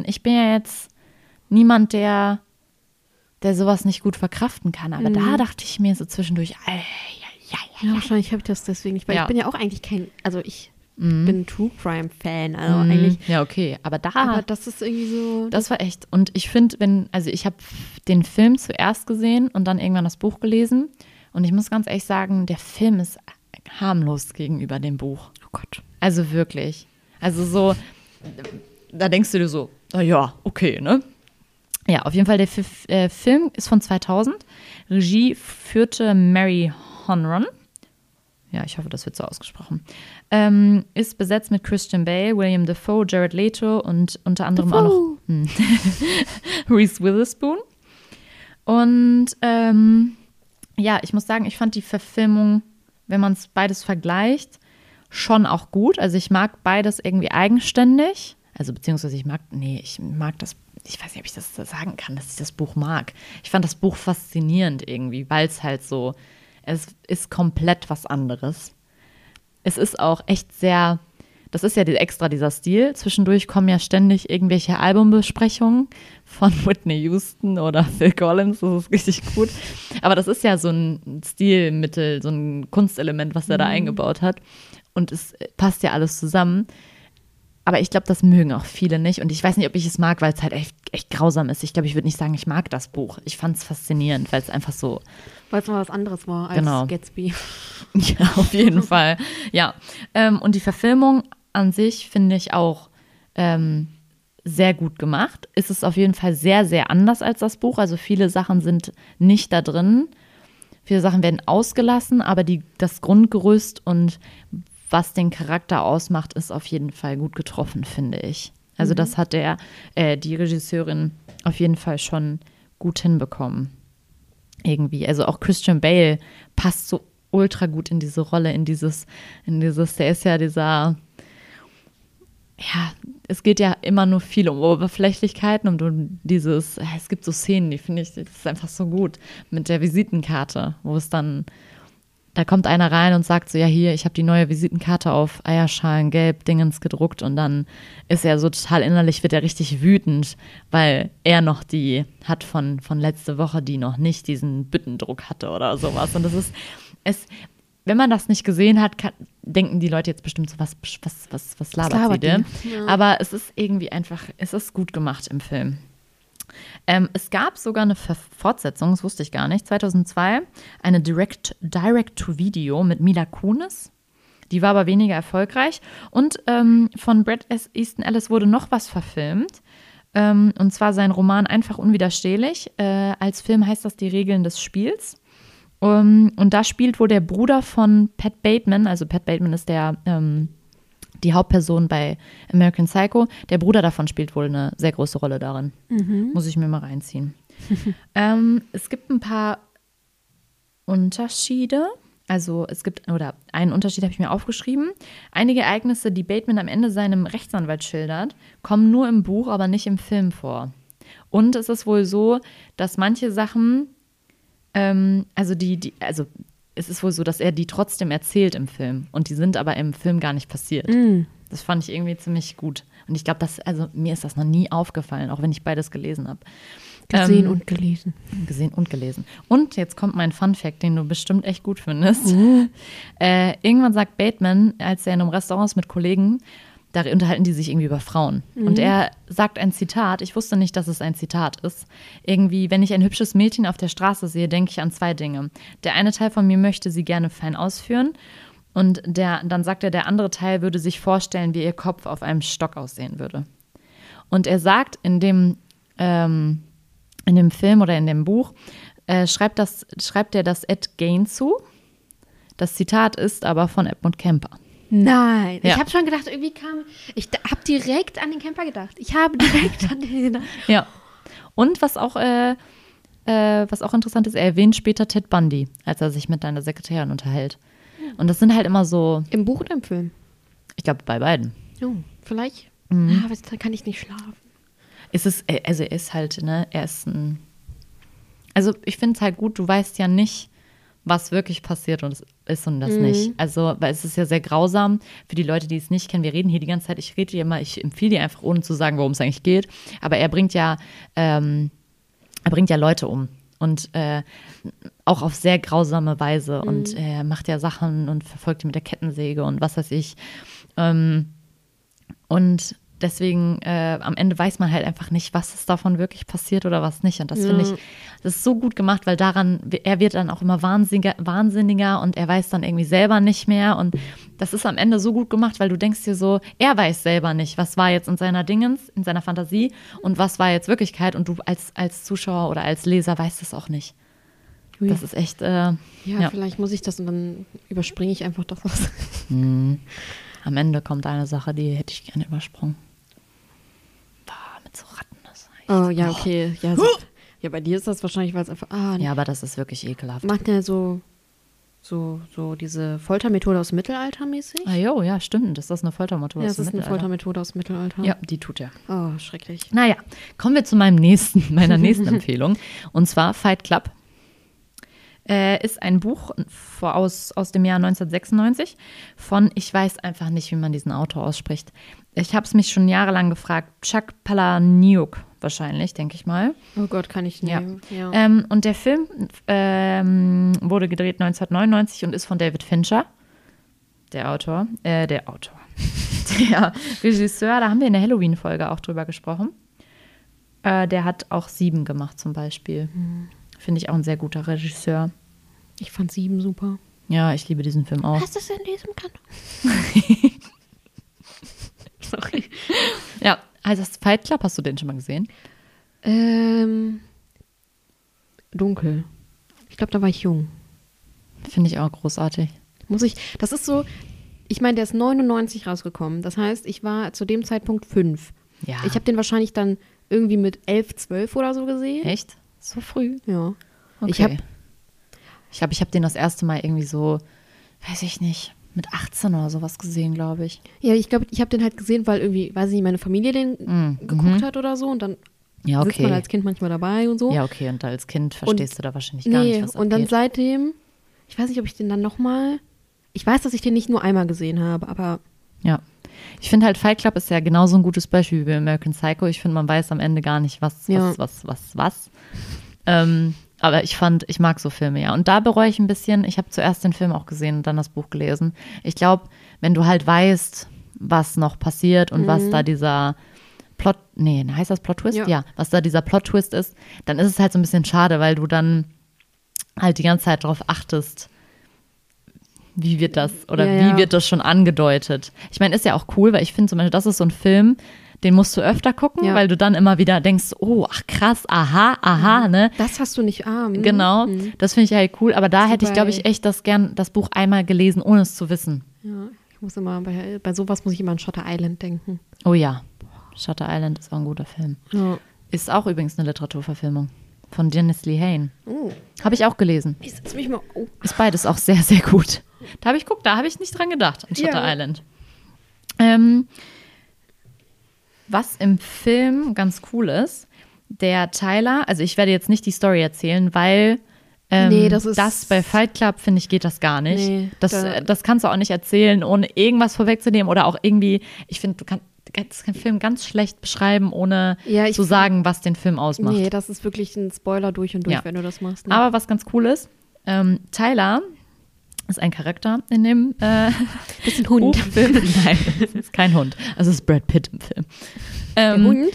niemand, der sowas nicht gut verkraften kann, aber da dachte ich mir so zwischendurch, ja, wahrscheinlich habe ich das deswegen nicht, weil ich bin ja auch eigentlich ich bin True Crime Fan, also eigentlich. Ja, okay, aber das ist irgendwie so. Das war echt. Und ich finde, ich habe den Film zuerst gesehen und dann irgendwann das Buch gelesen. Und ich muss ganz ehrlich sagen, der Film ist harmlos gegenüber dem Buch. Oh Gott. Also wirklich. Also so, da denkst du dir so, na ja, okay, ne? Ja, auf jeden Fall, der Film ist von 2000. Regie führte Mary Honron. Ja, ich hoffe, das wird so ausgesprochen. Ist besetzt mit Christian Bale, William Dafoe, Jared Leto und unter anderem auch noch Reese Witherspoon. Und ja, ich muss sagen, ich fand die Verfilmung, wenn man es beides vergleicht, schon auch gut. Also ich mag beides irgendwie eigenständig. Also beziehungsweise ich mag das, ich weiß nicht, ob ich das sagen kann, dass ich das Buch mag. Ich fand das Buch faszinierend irgendwie, weil es halt so, es ist komplett was anderes. Es ist auch echt sehr, das ist ja extra dieser Stil. Zwischendurch kommen ja ständig irgendwelche Albumbesprechungen von Whitney Houston oder Phil Collins. Das ist richtig gut. Aber das ist ja so ein Stilmittel, so ein Kunstelement, was er da eingebaut hat. Und es passt ja alles zusammen. Aber ich glaube, das mögen auch viele nicht. Und ich weiß nicht, ob ich es mag, weil es halt echt grausam ist. Ich glaube, ich würde nicht sagen, ich mag das Buch. Ich fand es faszinierend, weil es einfach so... Weil es mal was anderes war als Gatsby. Ja, auf jeden Fall. Ja. Und die Verfilmung an sich finde ich auch sehr gut gemacht. Es ist auf jeden Fall sehr, sehr anders als das Buch. Also viele Sachen sind nicht da drin. Viele Sachen werden ausgelassen, aber das Grundgerüst und was den Charakter ausmacht, ist auf jeden Fall gut getroffen, finde ich. Also das hat die Regisseurin auf jeden Fall schon gut hinbekommen. Irgendwie. Also auch Christian Bale passt so ultra gut in diese Rolle, der ist ja dieser, ja, es geht ja immer nur viel um Oberflächlichkeiten und es gibt so Szenen, die finde ich, das ist einfach so gut mit der Visitenkarte, wo es dann, da kommt einer rein und sagt so, ja hier, ich habe die neue Visitenkarte auf Eierschalen, gelb, Dingens gedruckt und dann ist er so total innerlich, wird er richtig wütend, weil er noch die hat von letzte Woche, die noch nicht diesen Büttendruck hatte oder sowas. Und das ist, wenn man das nicht gesehen hat, denken die Leute jetzt bestimmt so, was labert sie denn? Ja. Aber es ist irgendwie einfach, es ist gut gemacht im Film. Es gab sogar eine Fortsetzung, das wusste ich gar nicht, 2002, eine Direct-to-Video mit Mila Kunis. Die war aber weniger erfolgreich. Und von Bret Easton Ellis wurde noch was verfilmt. Und zwar sein Roman Einfach unwiderstehlich. Als Film heißt das Die Regeln des Spiels. Und da spielt wohl der Bruder von Pat Bateman, also Pat Bateman ist die Hauptperson bei American Psycho. Der Bruder davon spielt wohl eine sehr große Rolle darin. Muss ich mir mal reinziehen. Es gibt ein paar Unterschiede. Also einen Unterschied habe ich mir aufgeschrieben. Einige Ereignisse, die Bateman am Ende seinem Rechtsanwalt schildert, kommen nur im Buch, aber nicht im Film vor. Und es ist wohl so, dass manche Sachen, es ist wohl so, dass er die trotzdem erzählt im Film. Und die sind aber im Film gar nicht passiert. Das fand ich irgendwie ziemlich gut. Und ich glaube, mir ist das noch nie aufgefallen, auch wenn ich beides gelesen habe. Gesehen und gelesen. Gesehen und gelesen. Und jetzt kommt mein Funfact, den du bestimmt echt gut findest. Irgendwann sagt Bateman, als er in einem Restaurant ist mit Kollegen, da unterhalten die sich irgendwie über Frauen. Und er sagt ein Zitat, ich wusste nicht, dass es ein Zitat ist. Irgendwie, wenn ich ein hübsches Mädchen auf der Straße sehe, denke ich an zwei Dinge. Der eine Teil von mir möchte sie gerne fein ausführen. Und dann sagt er, der andere Teil würde sich vorstellen, wie ihr Kopf auf einem Stock aussehen würde. Und er sagt in dem Film oder in dem Buch, schreibt er das Ed Gein zu. Das Zitat ist aber von Edmund Kemper. Nein, Ja. Ich habe schon gedacht, ich habe direkt an den Camper gedacht. Ich habe direkt an den gedacht. Ja. Und was auch interessant ist, er erwähnt später Ted Bundy, als er sich mit deiner Sekretärin unterhält. Und das sind halt immer so. Im Buch oder im Film? Ich glaube, bei beiden. Oh, vielleicht. Aber da kann ich nicht schlafen. Er ist halt, ne, er ist ein. Also, ich finde es halt gut, du weißt ja nicht, was wirklich passiert und es ist und das nicht. Also, weil es ist ja sehr grausam für die Leute, die es nicht kennen. Wir reden hier die ganze Zeit, ich empfehle dir einfach, ohne zu sagen, worum es eigentlich geht. Aber er bringt ja Leute um. Und auch auf sehr grausame Weise. Und er macht ja Sachen und verfolgt die mit der Kettensäge und was weiß ich. Und deswegen, am Ende weiß man halt einfach nicht, was ist davon wirklich passiert oder was nicht. Und das finde ich, das ist so gut gemacht, weil er wird dann auch immer wahnsinniger und er weiß dann irgendwie selber nicht mehr. Und das ist am Ende so gut gemacht, weil du denkst dir so, er weiß selber nicht, was war jetzt in seiner Fantasie und was war jetzt Wirklichkeit. Und du als Zuschauer oder als Leser weißt es auch nicht. Ui. Das ist echt, vielleicht muss ich das und dann überspringe ich einfach das was. Am Ende kommt eine Sache, die hätte ich gerne übersprungen. Mit so Ratten. Das ist echt, oh, ja, okay. Ja, bei dir ist das wahrscheinlich, weil es einfach. Ja, aber das ist wirklich ekelhaft. Macht der so diese Foltermethode aus dem Mittelalter mäßig? Ah jo, ja, stimmt. Ist das eine Foltermethode aus dem Mittelalter? Ja, das ist eine Foltermethode aus dem Mittelalter. Ja, die tut er. Oh, schrecklich. Naja, kommen wir zu meiner nächsten Empfehlung. Und zwar Fight Club. Ist ein Buch aus dem Jahr 1996 von, ich weiß einfach nicht, wie man diesen Autor ausspricht. Ich habe es mich schon jahrelang gefragt. Chuck Palahniuk wahrscheinlich, denke ich mal. Oh Gott, kann ich nicht. Ja. Und der Film wurde gedreht 1999 und ist von David Fincher, der Autor. Der Regisseur, da haben wir in der Halloween-Folge auch drüber gesprochen. Der hat auch 7 gemacht zum Beispiel. Finde ich auch ein sehr guter Regisseur. Ich fand 7 super. Ja, ich liebe diesen Film auch. Was ist in diesem Kanal? Sorry. Ja, also das Fight Club, hast du den schon mal gesehen? Dunkel. Ich glaube, da war ich jung. Finde ich auch großartig. Das ist so, ich meine, der ist 99 rausgekommen. Das heißt, ich war zu dem Zeitpunkt 5. Ja. Ich habe den wahrscheinlich dann irgendwie mit 11, 12 oder so gesehen. Echt? So früh? Ja. Okay. Ich hab den das erste Mal irgendwie so, weiß ich nicht, mit 18 oder sowas gesehen, glaube ich. Ja, ich glaube, ich habe den halt gesehen, weil irgendwie, weiß ich nicht, meine Familie den geguckt hat oder so und dann sitzt man als Kind manchmal dabei und so. Ja, okay, und als Kind verstehst du da wahrscheinlich gar nicht, was abgeht. Und dann seitdem, ich weiß nicht, ob ich den dann nochmal, ich weiß, dass ich den nicht nur einmal gesehen habe, aber. Ja. Ich finde halt, Fight Club ist ja genauso ein gutes Beispiel wie American Psycho. Ich finde, man weiß am Ende gar nicht, was. Aber ich mag so Filme, ja. Und da bereue ich ein bisschen, ich habe zuerst den Film auch gesehen und dann das Buch gelesen. Ich glaube, wenn du halt weißt, was noch passiert und was da dieser heißt das Plot-Twist? Ja, was da dieser Plot-Twist ist, dann ist es halt so ein bisschen schade, weil du dann halt die ganze Zeit darauf achtest, wie wird das oder wie wird das schon angedeutet. Ich meine, ist ja auch cool, weil ich finde zum Beispiel, das ist so ein Film, den musst du öfter gucken, weil du dann immer wieder denkst, oh, ach krass, aha, ne? Das hast du nicht Genau, das finde ich halt cool, aber da hätte ich, glaube ich, echt das Buch einmal gelesen, ohne es zu wissen. Ja, ich muss immer, bei sowas muss ich immer an Shutter Island denken. Oh ja, Shutter Island ist auch ein guter Film. Ja. Ist auch übrigens eine Literaturverfilmung von Dennis Lehane. Oh. Habe ich auch gelesen. Ich setz mich mal. Oh. Ist beides auch sehr, sehr gut. Da habe ich nicht dran gedacht, an Shutter Island. Was im Film ganz cool ist, der Tyler, also ich werde jetzt nicht die Story erzählen, weil das bei Fight Club, finde ich, geht das gar nicht. Nee, das kannst du auch nicht erzählen, ohne irgendwas vorwegzunehmen oder auch irgendwie, ich finde, du kannst den Film ganz schlecht beschreiben, ohne zu sagen, was den Film ausmacht. Nee, das ist wirklich ein Spoiler durch und durch, wenn du das machst. Ne? Aber was ganz cool ist, Tyler ist ein Charakter in dem das ist ein Hund. Film. Nein, das ist kein Hund. Also es ist Brad Pitt im Film. Der Hund?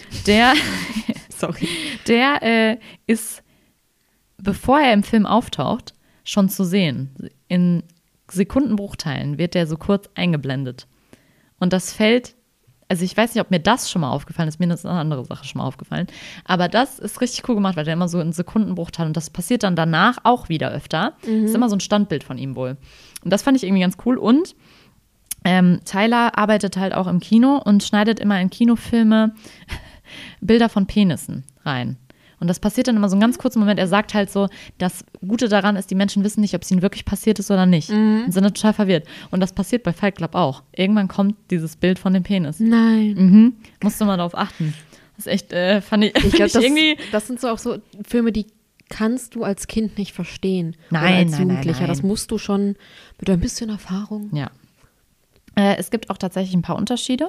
Der ist, bevor er im Film auftaucht, schon zu sehen. In Sekundenbruchteilen wird der so kurz eingeblendet. Und das fällt, also ich weiß nicht, ob mir das schon mal aufgefallen ist, mir ist eine andere Sache schon mal aufgefallen, aber das ist richtig cool gemacht, weil der immer so in Sekundenbruchteilen und das passiert dann danach auch wieder öfter. Das ist immer so ein Standbild von ihm wohl. Und das fand ich irgendwie ganz cool und Tyler arbeitet halt auch im Kino und schneidet immer in Kinofilme Bilder von Penissen rein. Und das passiert dann immer so einen ganz kurzen Moment. Er sagt halt so, das Gute daran ist, die Menschen wissen nicht, ob es ihnen wirklich passiert ist oder nicht. Und sind dann total verwirrt. Und das passiert bei Fight Club auch. Irgendwann kommt dieses Bild von dem Penis. Nein. Musst du mal darauf achten. Das ist echt, fand ich glaube, irgendwie. Das sind so auch so Filme, die kannst du als Kind nicht verstehen. Nein, oder als nein, Jugendlicher. nein. Das musst du schon mit ein bisschen Erfahrung. Ja. Es gibt auch tatsächlich ein paar Unterschiede.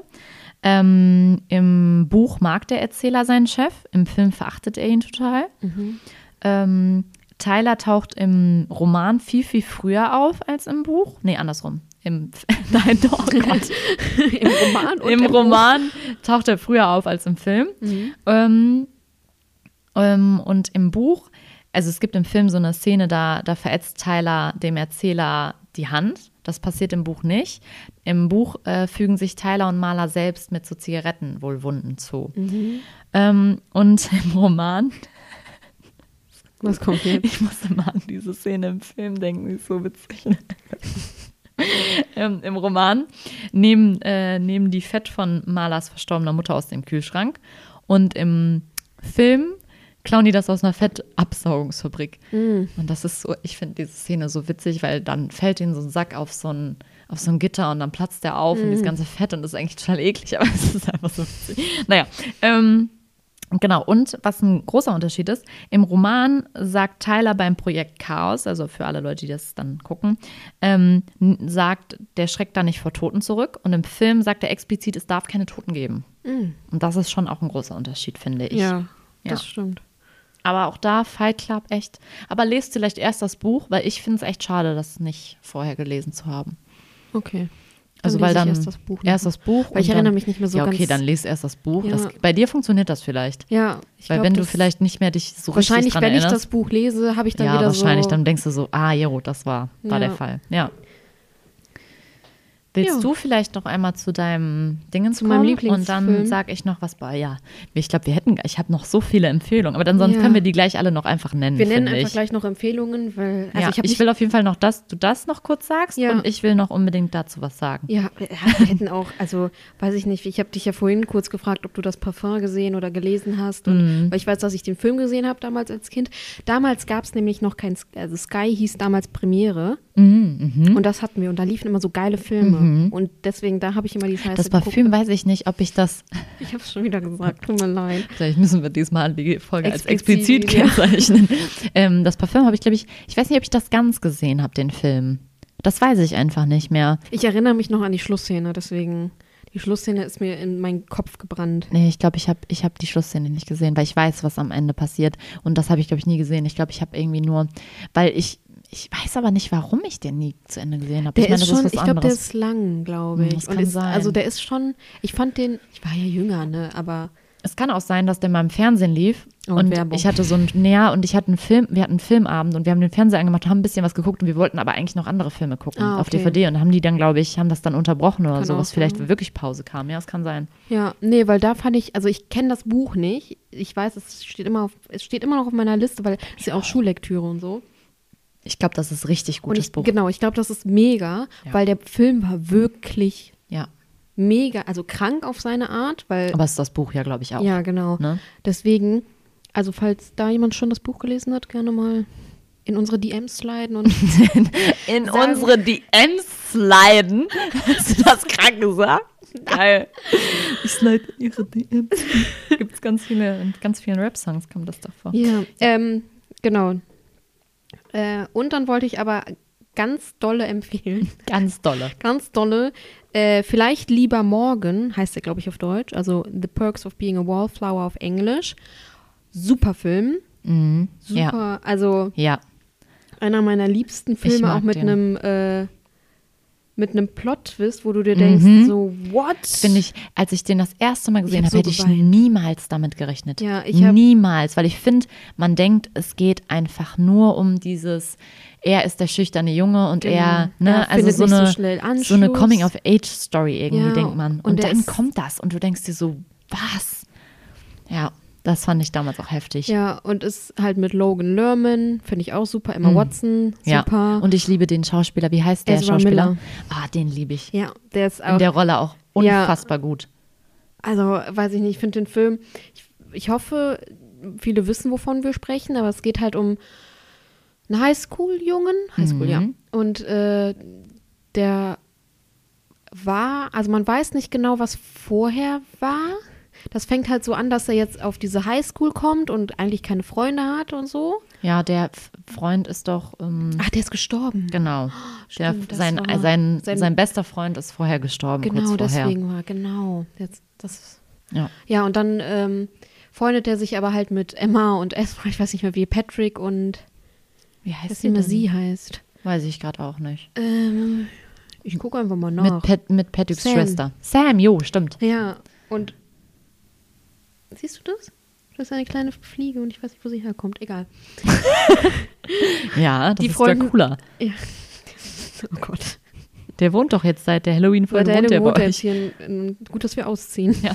Im Buch mag der Erzähler seinen Chef, im Film verachtet er ihn total. Tyler taucht im Roman viel, viel früher auf als im Buch. Nee, andersrum. Nein, oh Gott. Im Roman taucht er früher auf als im Film. Und im Buch, also es gibt im Film so eine Szene, da verätzt Tyler dem Erzähler die Hand. Das passiert im Buch nicht. Im Buch fügen sich Tyler und Marla selbst mit so Zigarettenwohlwunden zu. Und im Roman. Was kommt jetzt? Ich muss immer an diese Szene im Film denken, die ist so witzig. Im Roman nehmen die Fett von Marlas verstorbener Mutter aus dem Kühlschrank. Und im Film klauen die das aus einer Fettabsaugungsfabrik. Und das ist so, ich finde diese Szene so witzig, weil dann fällt ihnen so ein Sack auf so ein Gitter und dann platzt der auf und das ganze Fett und das ist eigentlich total eklig, aber es ist einfach so witzig. Naja, genau. Und was ein großer Unterschied ist, im Roman sagt Tyler beim Projekt Chaos, also für alle Leute, die das dann gucken, sagt, der schreckt da nicht vor Toten zurück. Und im Film sagt er explizit, es darf keine Toten geben. Und das ist schon auch ein großer Unterschied, finde ich. Ja, das stimmt. Aber auch da, Fight Club, echt. Aber lest vielleicht erst das Buch, weil ich finde es echt schade, das nicht vorher gelesen zu haben. Okay. Also weil dann erst das Buch. Weil ich erinnere mich nicht mehr so ganz. Ja, okay, dann lest erst das Buch. Ja. Bei dir funktioniert das vielleicht. Ja. Weil wenn du vielleicht nicht mehr dich so richtig dran erinnerst. Wahrscheinlich, wenn ich das Buch lese, habe ich dann wieder so. Ja, wahrscheinlich. Dann denkst du so, das war der Fall. Ja. Willst du vielleicht noch einmal zu deinem Dingens kommen? Meinem Lieblingsfilm. Und dann sage ich noch was bei, ich glaube, ich habe noch so viele Empfehlungen, aber dann sonst können wir die gleich alle noch einfach nennen, Wir nennen einfach gleich noch Empfehlungen, weil ich will auf jeden Fall noch, dass du das noch kurz sagst und ich will noch unbedingt dazu was sagen. Ja, wir hätten auch, also weiß ich nicht, ich habe dich ja vorhin kurz gefragt, ob du das Parfum gesehen oder gelesen hast, und, weil ich weiß, dass ich den Film gesehen habe damals als Kind. Damals gab es nämlich noch also Sky hieß damals Premiere und das hatten wir und da liefen immer so geile Filme. Und deswegen, da habe ich immer die Scheiße Das Parfüm weiß ich nicht, ob ich das. Ich habe es schon wieder gesagt, tut mir leid. Vielleicht müssen wir diesmal die Folge als explizit kennzeichnen. Das Parfüm habe ich, glaube ich weiß nicht, ob ich das ganz gesehen habe, den Film. Das weiß ich einfach nicht mehr. Ich erinnere mich noch an die Schlussszene, deswegen. Die Schlussszene ist mir in meinen Kopf gebrannt. Nee, ich glaube, ich hab die Schlussszene nicht gesehen, weil ich weiß, was am Ende passiert. Und das habe ich, glaube ich, nie gesehen. Ich glaube, ich habe irgendwie nur, weil ich weiß aber nicht, warum ich den nie zu Ende gesehen habe. Ich glaube, der ist lang, glaube ich. Das kann sein. Also der ist schon, ich war ja jünger, ne, aber. Es kann auch sein, dass der mal im Fernsehen lief und Werbung. ich hatte wir hatten einen Filmabend und wir haben den Fernseher angemacht, haben ein bisschen was geguckt und wir wollten aber eigentlich noch andere Filme gucken auf DVD und haben die dann, glaube ich, haben das dann unterbrochen oder so, was vielleicht wirklich Pause kam. Ja, das kann sein. Ja, nee, weil da fand ich kenne das Buch nicht. Ich weiß, es steht immer noch auf meiner Liste, weil es ist ja auch Schullektüre und so. Ich glaube, das ist richtig gutes Buch. Genau, ich glaube, das ist mega, weil der Film war wirklich mega, also krank auf seine Art. Aber es ist das Buch ja, glaube ich, auch. Ja, genau. Ne? Deswegen, also falls da jemand schon das Buch gelesen hat, gerne mal in unsere DMs sliden und in unsere DMs sliden? Hast du das krank gesagt? Geil. Ich slide in ihre DMs. Gibt es in ganz vielen Rap-Songs kommt das doch vor. Ja, genau. Und dann wollte ich aber ganz dolle empfehlen. Ganz dolle. Ganz dolle. Vielleicht lieber morgen, heißt der, glaube ich, auf Deutsch. Also The Perks of Being a Wallflower auf Englisch. Super Film. Super, also einer meiner liebsten Filme, auch mit einem Plot-Twist, wo du dir denkst, so, what? Finde ich, als ich den das erste Mal gesehen habe, hätte ich niemals damit gerechnet. Ja, niemals, weil ich finde, man denkt, es geht einfach nur um dieses, er ist der schüchterne Junge und er, ne, also so eine Coming-of-Age-Story irgendwie, denkt man. Und dann kommt das und du denkst dir so, was? Ja. Das fand ich damals auch heftig. Ja, und ist halt mit Logan Lerman, finde ich auch super. Emma Watson, super. Ja. Und ich liebe den Schauspieler. Wie heißt der Schauspieler? Miller. Den liebe ich. Ja, der ist auch. In der Rolle auch unfassbar gut. Also, weiß ich nicht, ich finde den Film, ich hoffe, viele wissen, wovon wir sprechen, aber es geht halt um einen Highschool-Jungen. Highschool, ja. Und der war, also man weiß nicht genau, was vorher war. Das fängt halt so an, dass er jetzt auf diese Highschool kommt und eigentlich keine Freunde hat und so. Ja, der Freund ist doch. Ach, der ist gestorben. Genau. Stimmt, sein bester Freund ist vorher gestorben. Genau, kurz vorher. deswegen war, genau. Ja. Ja, und dann freundet er sich aber halt mit Emma und Ezra, ich weiß nicht mehr wie, Patrick und wie heißt sie denn? Sie heißt. Weiß ich gerade auch nicht. Ich gucke einfach mal nach. Mit Patricks Sam. Schwester. Sam, jo, stimmt. Ja, und siehst du das? Das ist eine kleine Fliege und ich weiß nicht, wo sie herkommt. Egal. Ja, das ist ja cooler. Ja. Oh Gott. Der wohnt doch jetzt seit der Halloween-Folge. Wohnt jetzt hier. Gut, dass wir ausziehen. Ja.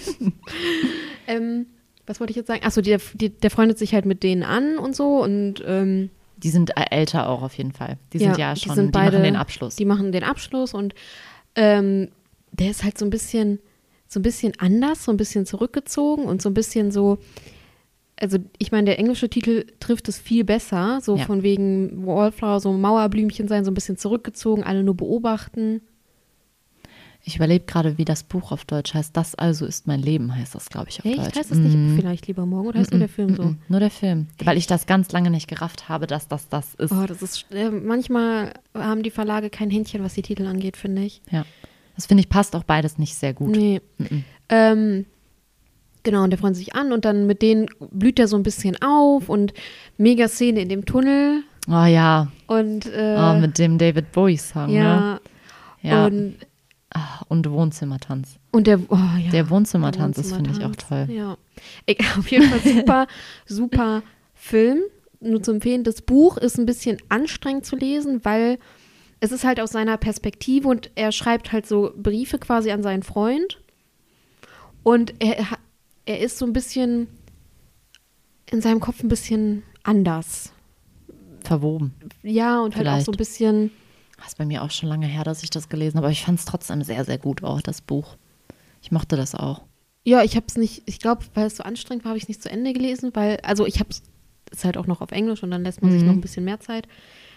Was wollte ich jetzt sagen? Achso, der freundet sich halt mit denen an und so und die sind älter auch auf jeden Fall. Die sind ja schon, die beide, machen den Abschluss. Die machen den Abschluss und der ist halt so ein bisschen anders, so ein bisschen zurückgezogen und so ein bisschen so, also ich meine, der englische Titel trifft es viel besser, so von wegen Wallflower, so Mauerblümchen sein, so ein bisschen zurückgezogen, alle nur beobachten. Ich überlege gerade, wie das Buch auf Deutsch heißt. Das also ist mein Leben, heißt das, glaube ich, auf Deutsch. Heißt das nicht vielleicht lieber morgen oder heißt nur der Film so? Nur der Film, weil ich das ganz lange nicht gerafft habe, dass das ist. Oh, das ist, manchmal haben die Verlage kein Händchen, was die Titel angeht, finde ich. Ja, das finde ich passt auch beides nicht sehr gut. Nee. Genau, und der freut sich an und dann mit denen blüht er so ein bisschen auf und mega Szene in dem Tunnel. Oh ja. Und mit dem David Bowie-Song, ja, ne? Ja. Und Wohnzimmertanz. Und der Wohnzimmertanz, das finde ich auch toll. Ja. Auf jeden Fall super, super Film. Nur zu empfehlen, das Buch ist ein bisschen anstrengend zu lesen, weil es ist halt aus seiner Perspektive und er schreibt halt so Briefe quasi an seinen Freund. Und er ist so ein bisschen in seinem Kopf ein bisschen anders. Verwoben. Ja, und vielleicht halt auch so ein bisschen. Das ist bei mir auch schon lange her, dass ich das gelesen habe, aber ich fand es trotzdem sehr, sehr gut auch, das Buch. Ich mochte das auch. Ja, ich habe es nicht, ich glaube, weil es so anstrengend war, habe ich es nicht zu Ende gelesen, weil, also ich habe es, ist halt auch noch auf Englisch und dann lässt man sich noch ein bisschen mehr Zeit.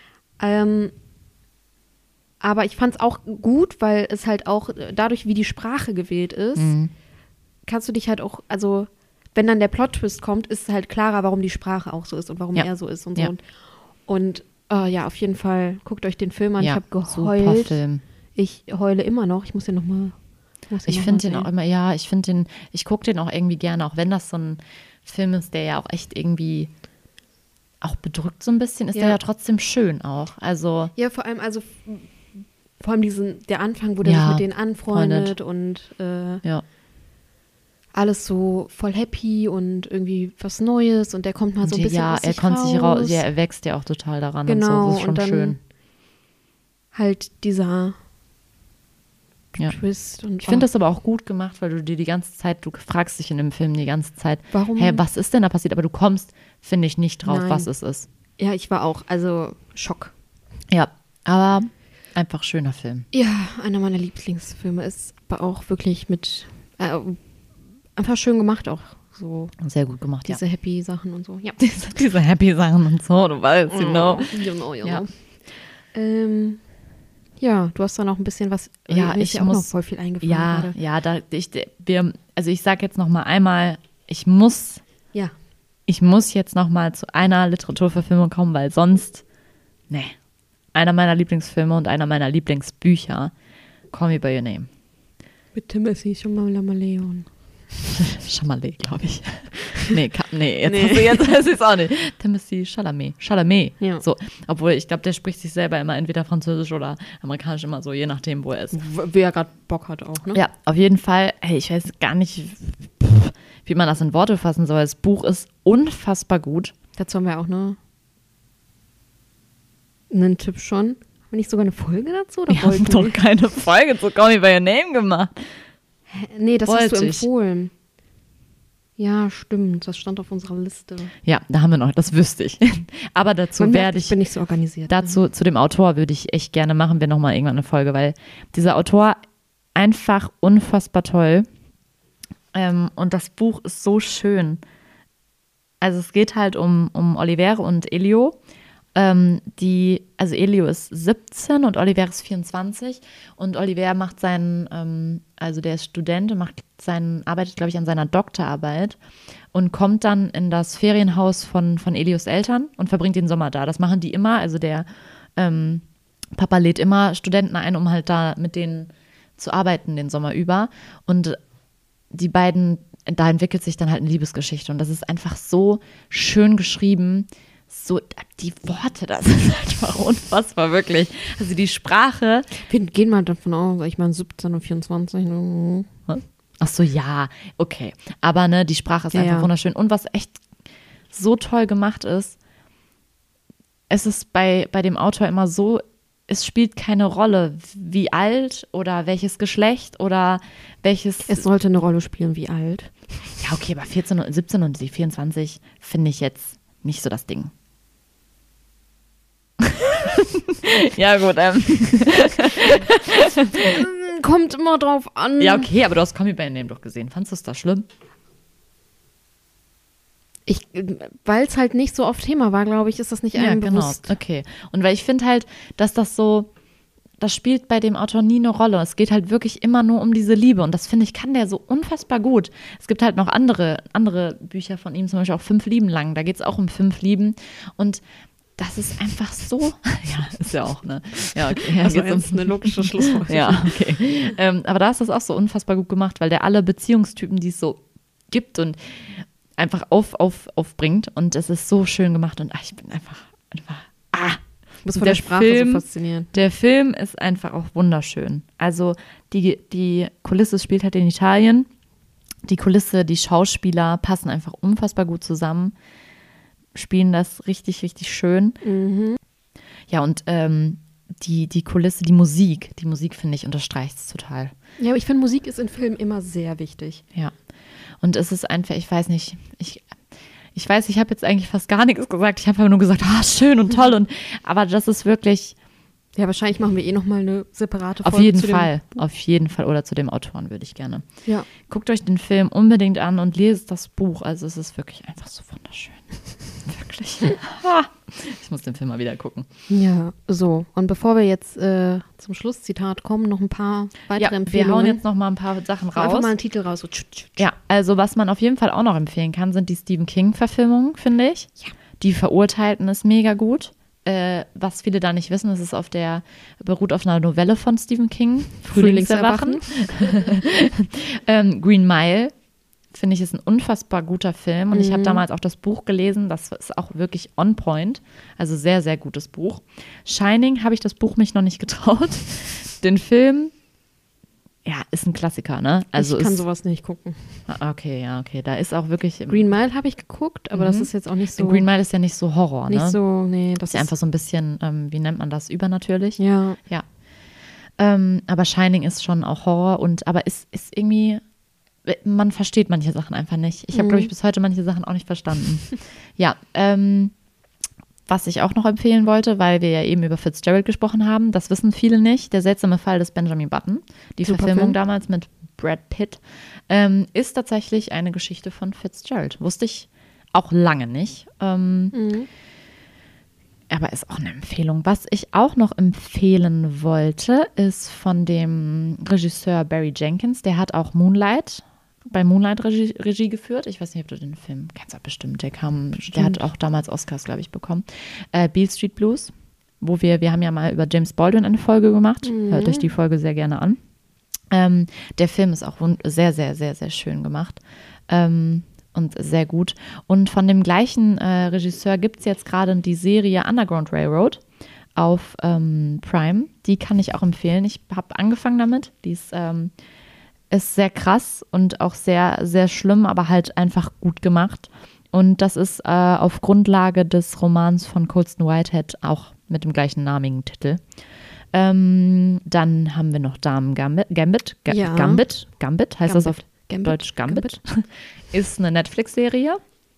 Aber ich fand es auch gut, weil es halt auch, dadurch, wie die Sprache gewählt ist, kannst du dich halt auch, also wenn dann der Plot-Twist kommt, ist halt klarer, warum die Sprache auch so ist und warum er so ist und so. Und ja, auf jeden Fall, guckt euch den Film an. Ja, ich habe geheult. Super Film. Ich heule immer noch. Ich muss den nochmal. Ich finde den auch immer, ich gucke den auch irgendwie gerne, auch wenn das so ein Film ist, der ja auch echt irgendwie auch bedrückt so ein bisschen, ist der ja trotzdem schön auch. Also ja, vor allem der Anfang, wo der sich mit denen anfreundet und alles so voll happy und irgendwie was Neues und der kommt mal so ein bisschen aus sich raus. Ja, er wächst ja auch total daran genau, und so, das ist schon und dann schön. Halt dieser Twist. Und ich finde das aber auch gut gemacht, weil du dir die ganze Zeit, du fragst dich in dem Film die ganze Zeit, warum? Hey, was ist denn da passiert? Aber du kommst, finde ich, nicht drauf, was es ist. Ja, ich war auch, also Schock. Ja, aber einfach schöner Film. Ja, einer meiner Lieblingsfilme ist aber auch wirklich mit einfach schön gemacht auch. So sehr gut gemacht, diese happy Sachen und so. Ja. Diese happy Sachen und so, du weißt, Ja. Ja, du hast da noch ein bisschen was. Ja, mir ist ja auch noch voll viel eingefallen. Ich sage jetzt noch mal einmal, ich muss jetzt noch mal zu einer Literaturverfilmung kommen, weil sonst, einer meiner Lieblingsfilme und einer meiner Lieblingsbücher, Call Me By Your Name. Mit Timothy Chalamet. Chalamet, glaube ich. Jetzt weiß ich es auch nicht. Timothy Chalamet. Ja. So, obwohl ich glaube, der spricht sich selber immer entweder französisch oder amerikanisch immer so, je nachdem, wo er ist. Wer er gerade Bock hat auch, ne? Ja, auf jeden Fall. Hey, ich weiß gar nicht, wie man das in Worte fassen soll. Das Buch ist unfassbar gut. Dazu haben wir auch einen Tipp schon. Haben wir nicht sogar eine Folge dazu? Oder wir haben doch keine Folge zu Call Me By Your Name gemacht. Nee, das hast du empfohlen. Ja, stimmt. Das stand auf unserer Liste. Ja, da haben wir noch, das wüsste ich. Aber dazu ich bin nicht so organisiert. Dazu, zu dem Autor würde ich echt gerne machen wir nochmal irgendwann eine Folge, weil dieser Autor einfach unfassbar toll. Und das Buch ist so schön. Also es geht halt um Oliver und Elio. Also Elio ist 17 und Oliver ist 24. Und Oliver macht also der ist Student und arbeitet, glaube ich, an seiner Doktorarbeit und kommt dann in das Ferienhaus von Elios Eltern und verbringt den Sommer da. Das machen die immer. Also der Papa lädt immer Studenten ein, um halt da mit denen zu arbeiten den Sommer über. Und die beiden, da entwickelt sich dann halt eine Liebesgeschichte. Und das ist einfach so schön geschrieben. So, die Worte, das ist einfach unfassbar, wirklich. Also die Sprache. Wir gehen mal davon aus, ich meine 17 und 24. Ach so, ja, okay. Aber ne, die Sprache ist einfach wunderschön. Und was echt so toll gemacht ist, es ist bei dem Autor immer so, es spielt keine Rolle, wie alt oder welches Geschlecht oder welches. Es sollte eine Rolle spielen, wie alt. Ja, okay, aber 14 und 17 und 24 finde ich jetzt nicht so das Ding. Ja, gut. Kommt immer drauf an. Ja, okay, aber du hast Comic by Name doch gesehen. Fandest du es da schlimm? Weil es halt nicht so oft Thema war, glaube ich, ist das nicht einem bewusst. Genau. Okay. Und weil ich finde halt, dass das spielt bei dem Autor nie eine Rolle. Es geht halt wirklich immer nur um diese Liebe. Und das, finde ich, kann der so unfassbar gut. Es gibt halt noch andere Bücher von ihm, zum Beispiel auch 5 Lieben lang. Da geht es auch um 5 Lieben. Und das ist einfach so. Ja, ist ja auch, ne? Ja, okay. Ja, also ist eine logische Schlussfolgerung. Ja, okay. Aber da ist das auch so unfassbar gut gemacht, weil der alle Beziehungstypen, die es so gibt und einfach aufbringt. Und es ist so schön gemacht. Und ich bin einfach Ich muss von der Sprache so faszinieren. Der Film ist einfach auch wunderschön. Also die Kulisse spielt halt in Italien. Die Kulisse, die Schauspieler passen einfach unfassbar gut zusammen. Spielen das richtig, richtig schön. Mhm. Ja, und die Kulisse, die Musik, finde ich, unterstreicht es total. Ja, aber ich finde, Musik ist in Filmen immer sehr wichtig. Ja. Und es ist einfach, ich weiß nicht, ich weiß, ich habe jetzt eigentlich fast gar nichts gesagt. Ich habe einfach nur gesagt, schön und toll. Aber das ist wirklich. Ja, wahrscheinlich machen wir nochmal eine separate Folge. Auf jeden Fall. Oder zu dem Autoren würde ich gerne. Ja. Guckt euch den Film unbedingt an und lest das Buch. Also es ist wirklich einfach so wunderschön. Wirklich. Ich muss den Film mal wieder gucken. Ja, so. Und bevor wir jetzt zum Schlusszitat kommen, noch ein paar weitere Empfehlungen. Wir hauen jetzt noch mal ein paar Sachen raus. Einfach mal einen Titel raus. So. Ja, also was man auf jeden Fall auch noch empfehlen kann, sind die Stephen King-Verfilmungen, finde ich. Ja. Die Verurteilten ist mega gut. Was viele da nicht wissen, beruht auf einer Novelle von Stephen King, Frühlingserwachen. Green Mile, finde ich, ist ein unfassbar guter Film. Und ich habe damals auch das Buch gelesen, das ist auch wirklich on point. Also sehr, sehr gutes Buch. Shining habe ich das Buch mich noch nicht getraut. Den Film, ja, ist ein Klassiker, ne? Also ich kann sowas nicht gucken. Okay, da ist auch wirklich. Green Mile habe ich geguckt, aber das ist jetzt auch nicht so. Green Mile ist ja nicht so Horror, ne? Nicht so, nee. Das ist ja einfach so ein bisschen, wie nennt man das, übernatürlich. Ja. Ja. Aber Shining ist schon auch Horror aber ist irgendwie, man versteht manche Sachen einfach nicht. Ich habe, glaube ich, bis heute manche Sachen auch nicht verstanden. Ja, was ich auch noch empfehlen wollte, weil wir ja eben über Fitzgerald gesprochen haben, das wissen viele nicht, der seltsame Fall des Benjamin Button, die Super Verfilmung Film. damals mit Brad Pitt, ist tatsächlich eine Geschichte von Fitzgerald. Wusste ich auch lange nicht. Aber ist auch eine Empfehlung. Was ich auch noch empfehlen wollte, ist von dem Regisseur Barry Jenkins. Der hat auch bei Moonlight Regie geführt. Ich weiß nicht, ob du den Film kennst, aber bestimmt. Der hat auch damals Oscars, glaube ich, bekommen. Beale Street Blues, wo wir haben ja mal über James Baldwin eine Folge gemacht. Hört euch die Folge sehr gerne an. Der Film ist auch sehr, sehr, sehr, sehr schön gemacht. Und sehr gut. Und von dem gleichen Regisseur gibt es jetzt gerade die Serie Underground Railroad auf Prime. Die kann ich auch empfehlen. Ich habe angefangen damit. Die ist sehr krass und auch sehr, sehr schlimm, aber halt einfach gut gemacht. Und das ist auf Grundlage des Romans von Colston Whitehead, auch mit dem gleichen namigen Titel. Dann haben wir noch Damen Gambit. Gambit heißt das auf Deutsch Gambit. Ist eine Netflix-Serie.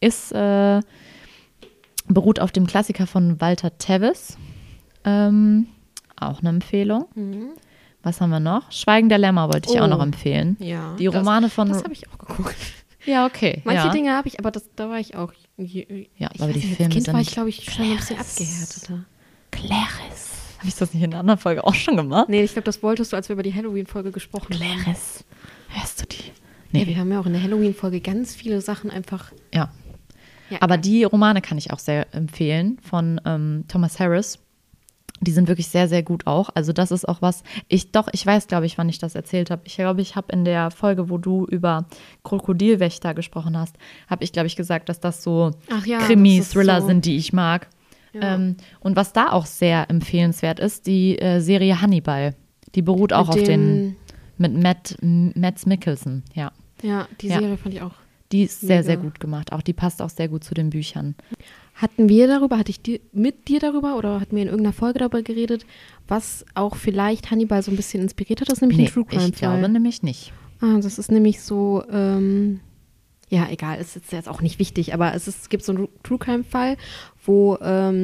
Beruht auf dem Klassiker von Walter Tevis. Auch eine Empfehlung. Was haben wir noch? Schweigen der Lämmer wollte ich auch noch empfehlen. Ja. Die Romane von... Das habe ich auch geguckt. Ja, okay. Manche Dinge habe ich, aber da war ich auch... aber die Filme Kind sind... war ich, glaube ich, schon ein bisschen abgehärteter. Clarice. Habe ich das nicht in einer anderen Folge auch schon gemacht? Nee, ich glaube, das wolltest du, als wir über die Halloween-Folge gesprochen haben. Clarice. Hörst du die? Nee. Ja, wir haben ja auch in der Halloween-Folge ganz viele Sachen einfach... Ja. Aber die Romane kann ich auch sehr empfehlen von Thomas Harris. Die sind wirklich sehr, sehr gut auch. Also das ist auch was, ich weiß, glaube ich, wann ich das erzählt habe. Ich glaube, ich habe in der Folge, wo du über Krokodilwächter gesprochen hast, habe ich, glaube ich, gesagt, dass das so Krimi-Thriller sind, die ich mag. Ja. Und was da auch sehr empfehlenswert ist, die Serie Hannibal. Die beruht auch auf mit Mads Mikkelsen, ja. Ja, die Serie fand ich auch. Die ist sehr, sehr gut gemacht. Auch die passt auch sehr gut zu den Büchern. Hatte ich mit dir darüber oder hatten wir in irgendeiner Folge darüber geredet, was auch vielleicht Hannibal so ein bisschen inspiriert hat? Das ist nämlich ein True Crime-Fall. Ich glaube nämlich nicht. Das ist nämlich so, ja, egal, ist jetzt auch nicht wichtig, aber es gibt so einen True Crime-Fall, wo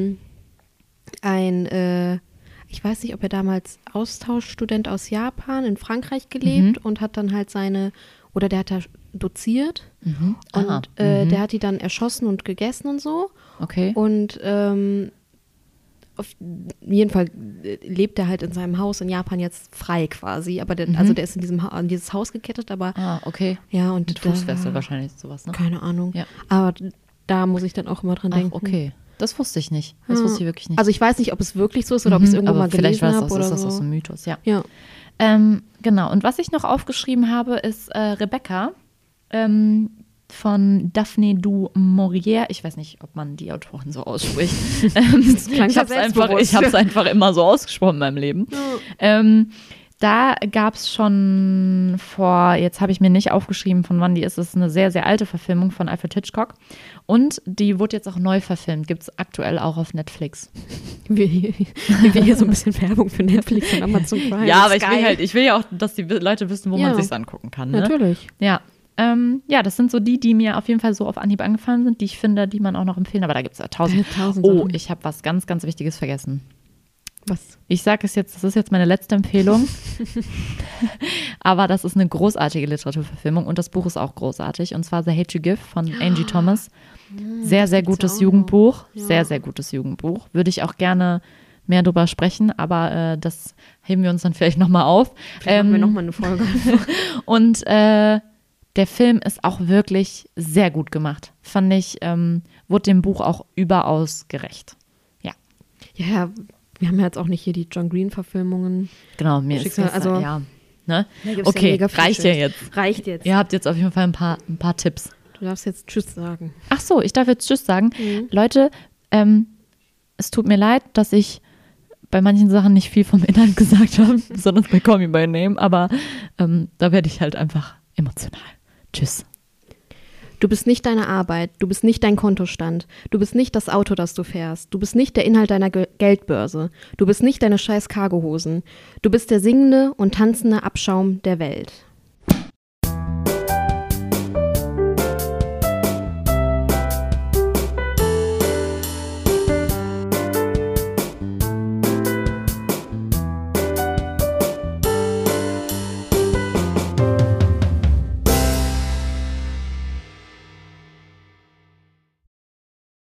ich weiß nicht, ob er damals Austauschstudent aus Japan in Frankreich gelebt und hat dann halt der hat da doziert und der hat die dann erschossen und gegessen und so. Okay. Und auf jeden Fall lebt er halt in seinem Haus in Japan jetzt frei quasi, aber der ist in dieses Haus gekettet, aber okay. Ja, und mit Fußfessel wahrscheinlich sowas, ne? Keine Ahnung. Ja. Aber da muss ich dann auch immer dran denken. Okay. Das wusste ich nicht. Das wusste ich wirklich nicht. Also ich weiß nicht, ob es wirklich so ist oder ob ich es irgendwo mal gelesen habe. Vielleicht ist das auch so ein Mythos, ja. Ja. Genau. Und was ich noch aufgeschrieben habe, ist Rebecca von Daphne du Maurier. Ich weiß nicht, ob man die Autorin so ausspricht. Ich habe es einfach immer so ausgesprochen in meinem Leben. Ja. Da gab es schon jetzt habe ich mir nicht aufgeschrieben, von wann die ist. Es ist eine sehr, sehr alte Verfilmung von Alfred Hitchcock. Und die wurde jetzt auch neu verfilmt. Gibt es aktuell auch auf Netflix. Wir hier so ein bisschen Werbung für Netflix und Amazon Prime. Ja, aber ich will ja auch, dass die Leute wissen, wo man sich's angucken kann. Ne? Natürlich. Ja. Das sind so die mir auf jeden Fall so auf Anhieb angefallen sind, die ich finde, die man auch noch empfehlen. Aber da gibt es ja tausend. Oh, ich habe was ganz, ganz Wichtiges vergessen. Was? Ich sage es jetzt, das ist jetzt meine letzte Empfehlung. Aber das ist eine großartige Literaturverfilmung und das Buch ist auch großartig. Und zwar The Hate You Give von Angie Thomas. Sehr, sehr gutes Jugendbuch. Ja. Sehr, sehr gutes Jugendbuch. Würde ich auch gerne mehr drüber sprechen, aber das heben wir uns dann vielleicht nochmal auf. Vielleicht machen wir nochmal eine Folge. Und der Film ist auch wirklich sehr gut gemacht. Fand ich, wurde dem Buch auch überaus gerecht. Ja. Ja, wir haben ja jetzt auch nicht hier die John Green-Verfilmungen. Genau, mir ist das, also, ja. Ne? Okay, reicht ja jetzt. Reicht jetzt. Ihr habt jetzt auf jeden Fall ein paar Tipps. Du darfst jetzt Tschüss sagen. Ach so, ich darf jetzt Tschüss sagen. Leute, es tut mir leid, dass ich bei manchen Sachen nicht viel vom Inhalt gesagt habe, besonders bei Call Me By Name, aber da werde ich halt einfach emotional. Tschüss. Du bist nicht deine Arbeit, du bist nicht dein Kontostand, du bist nicht das Auto, das du fährst, du bist nicht der Inhalt deiner Geldbörse, du bist nicht deine scheiß Cargohosen, du bist der singende und tanzende Abschaum der Welt.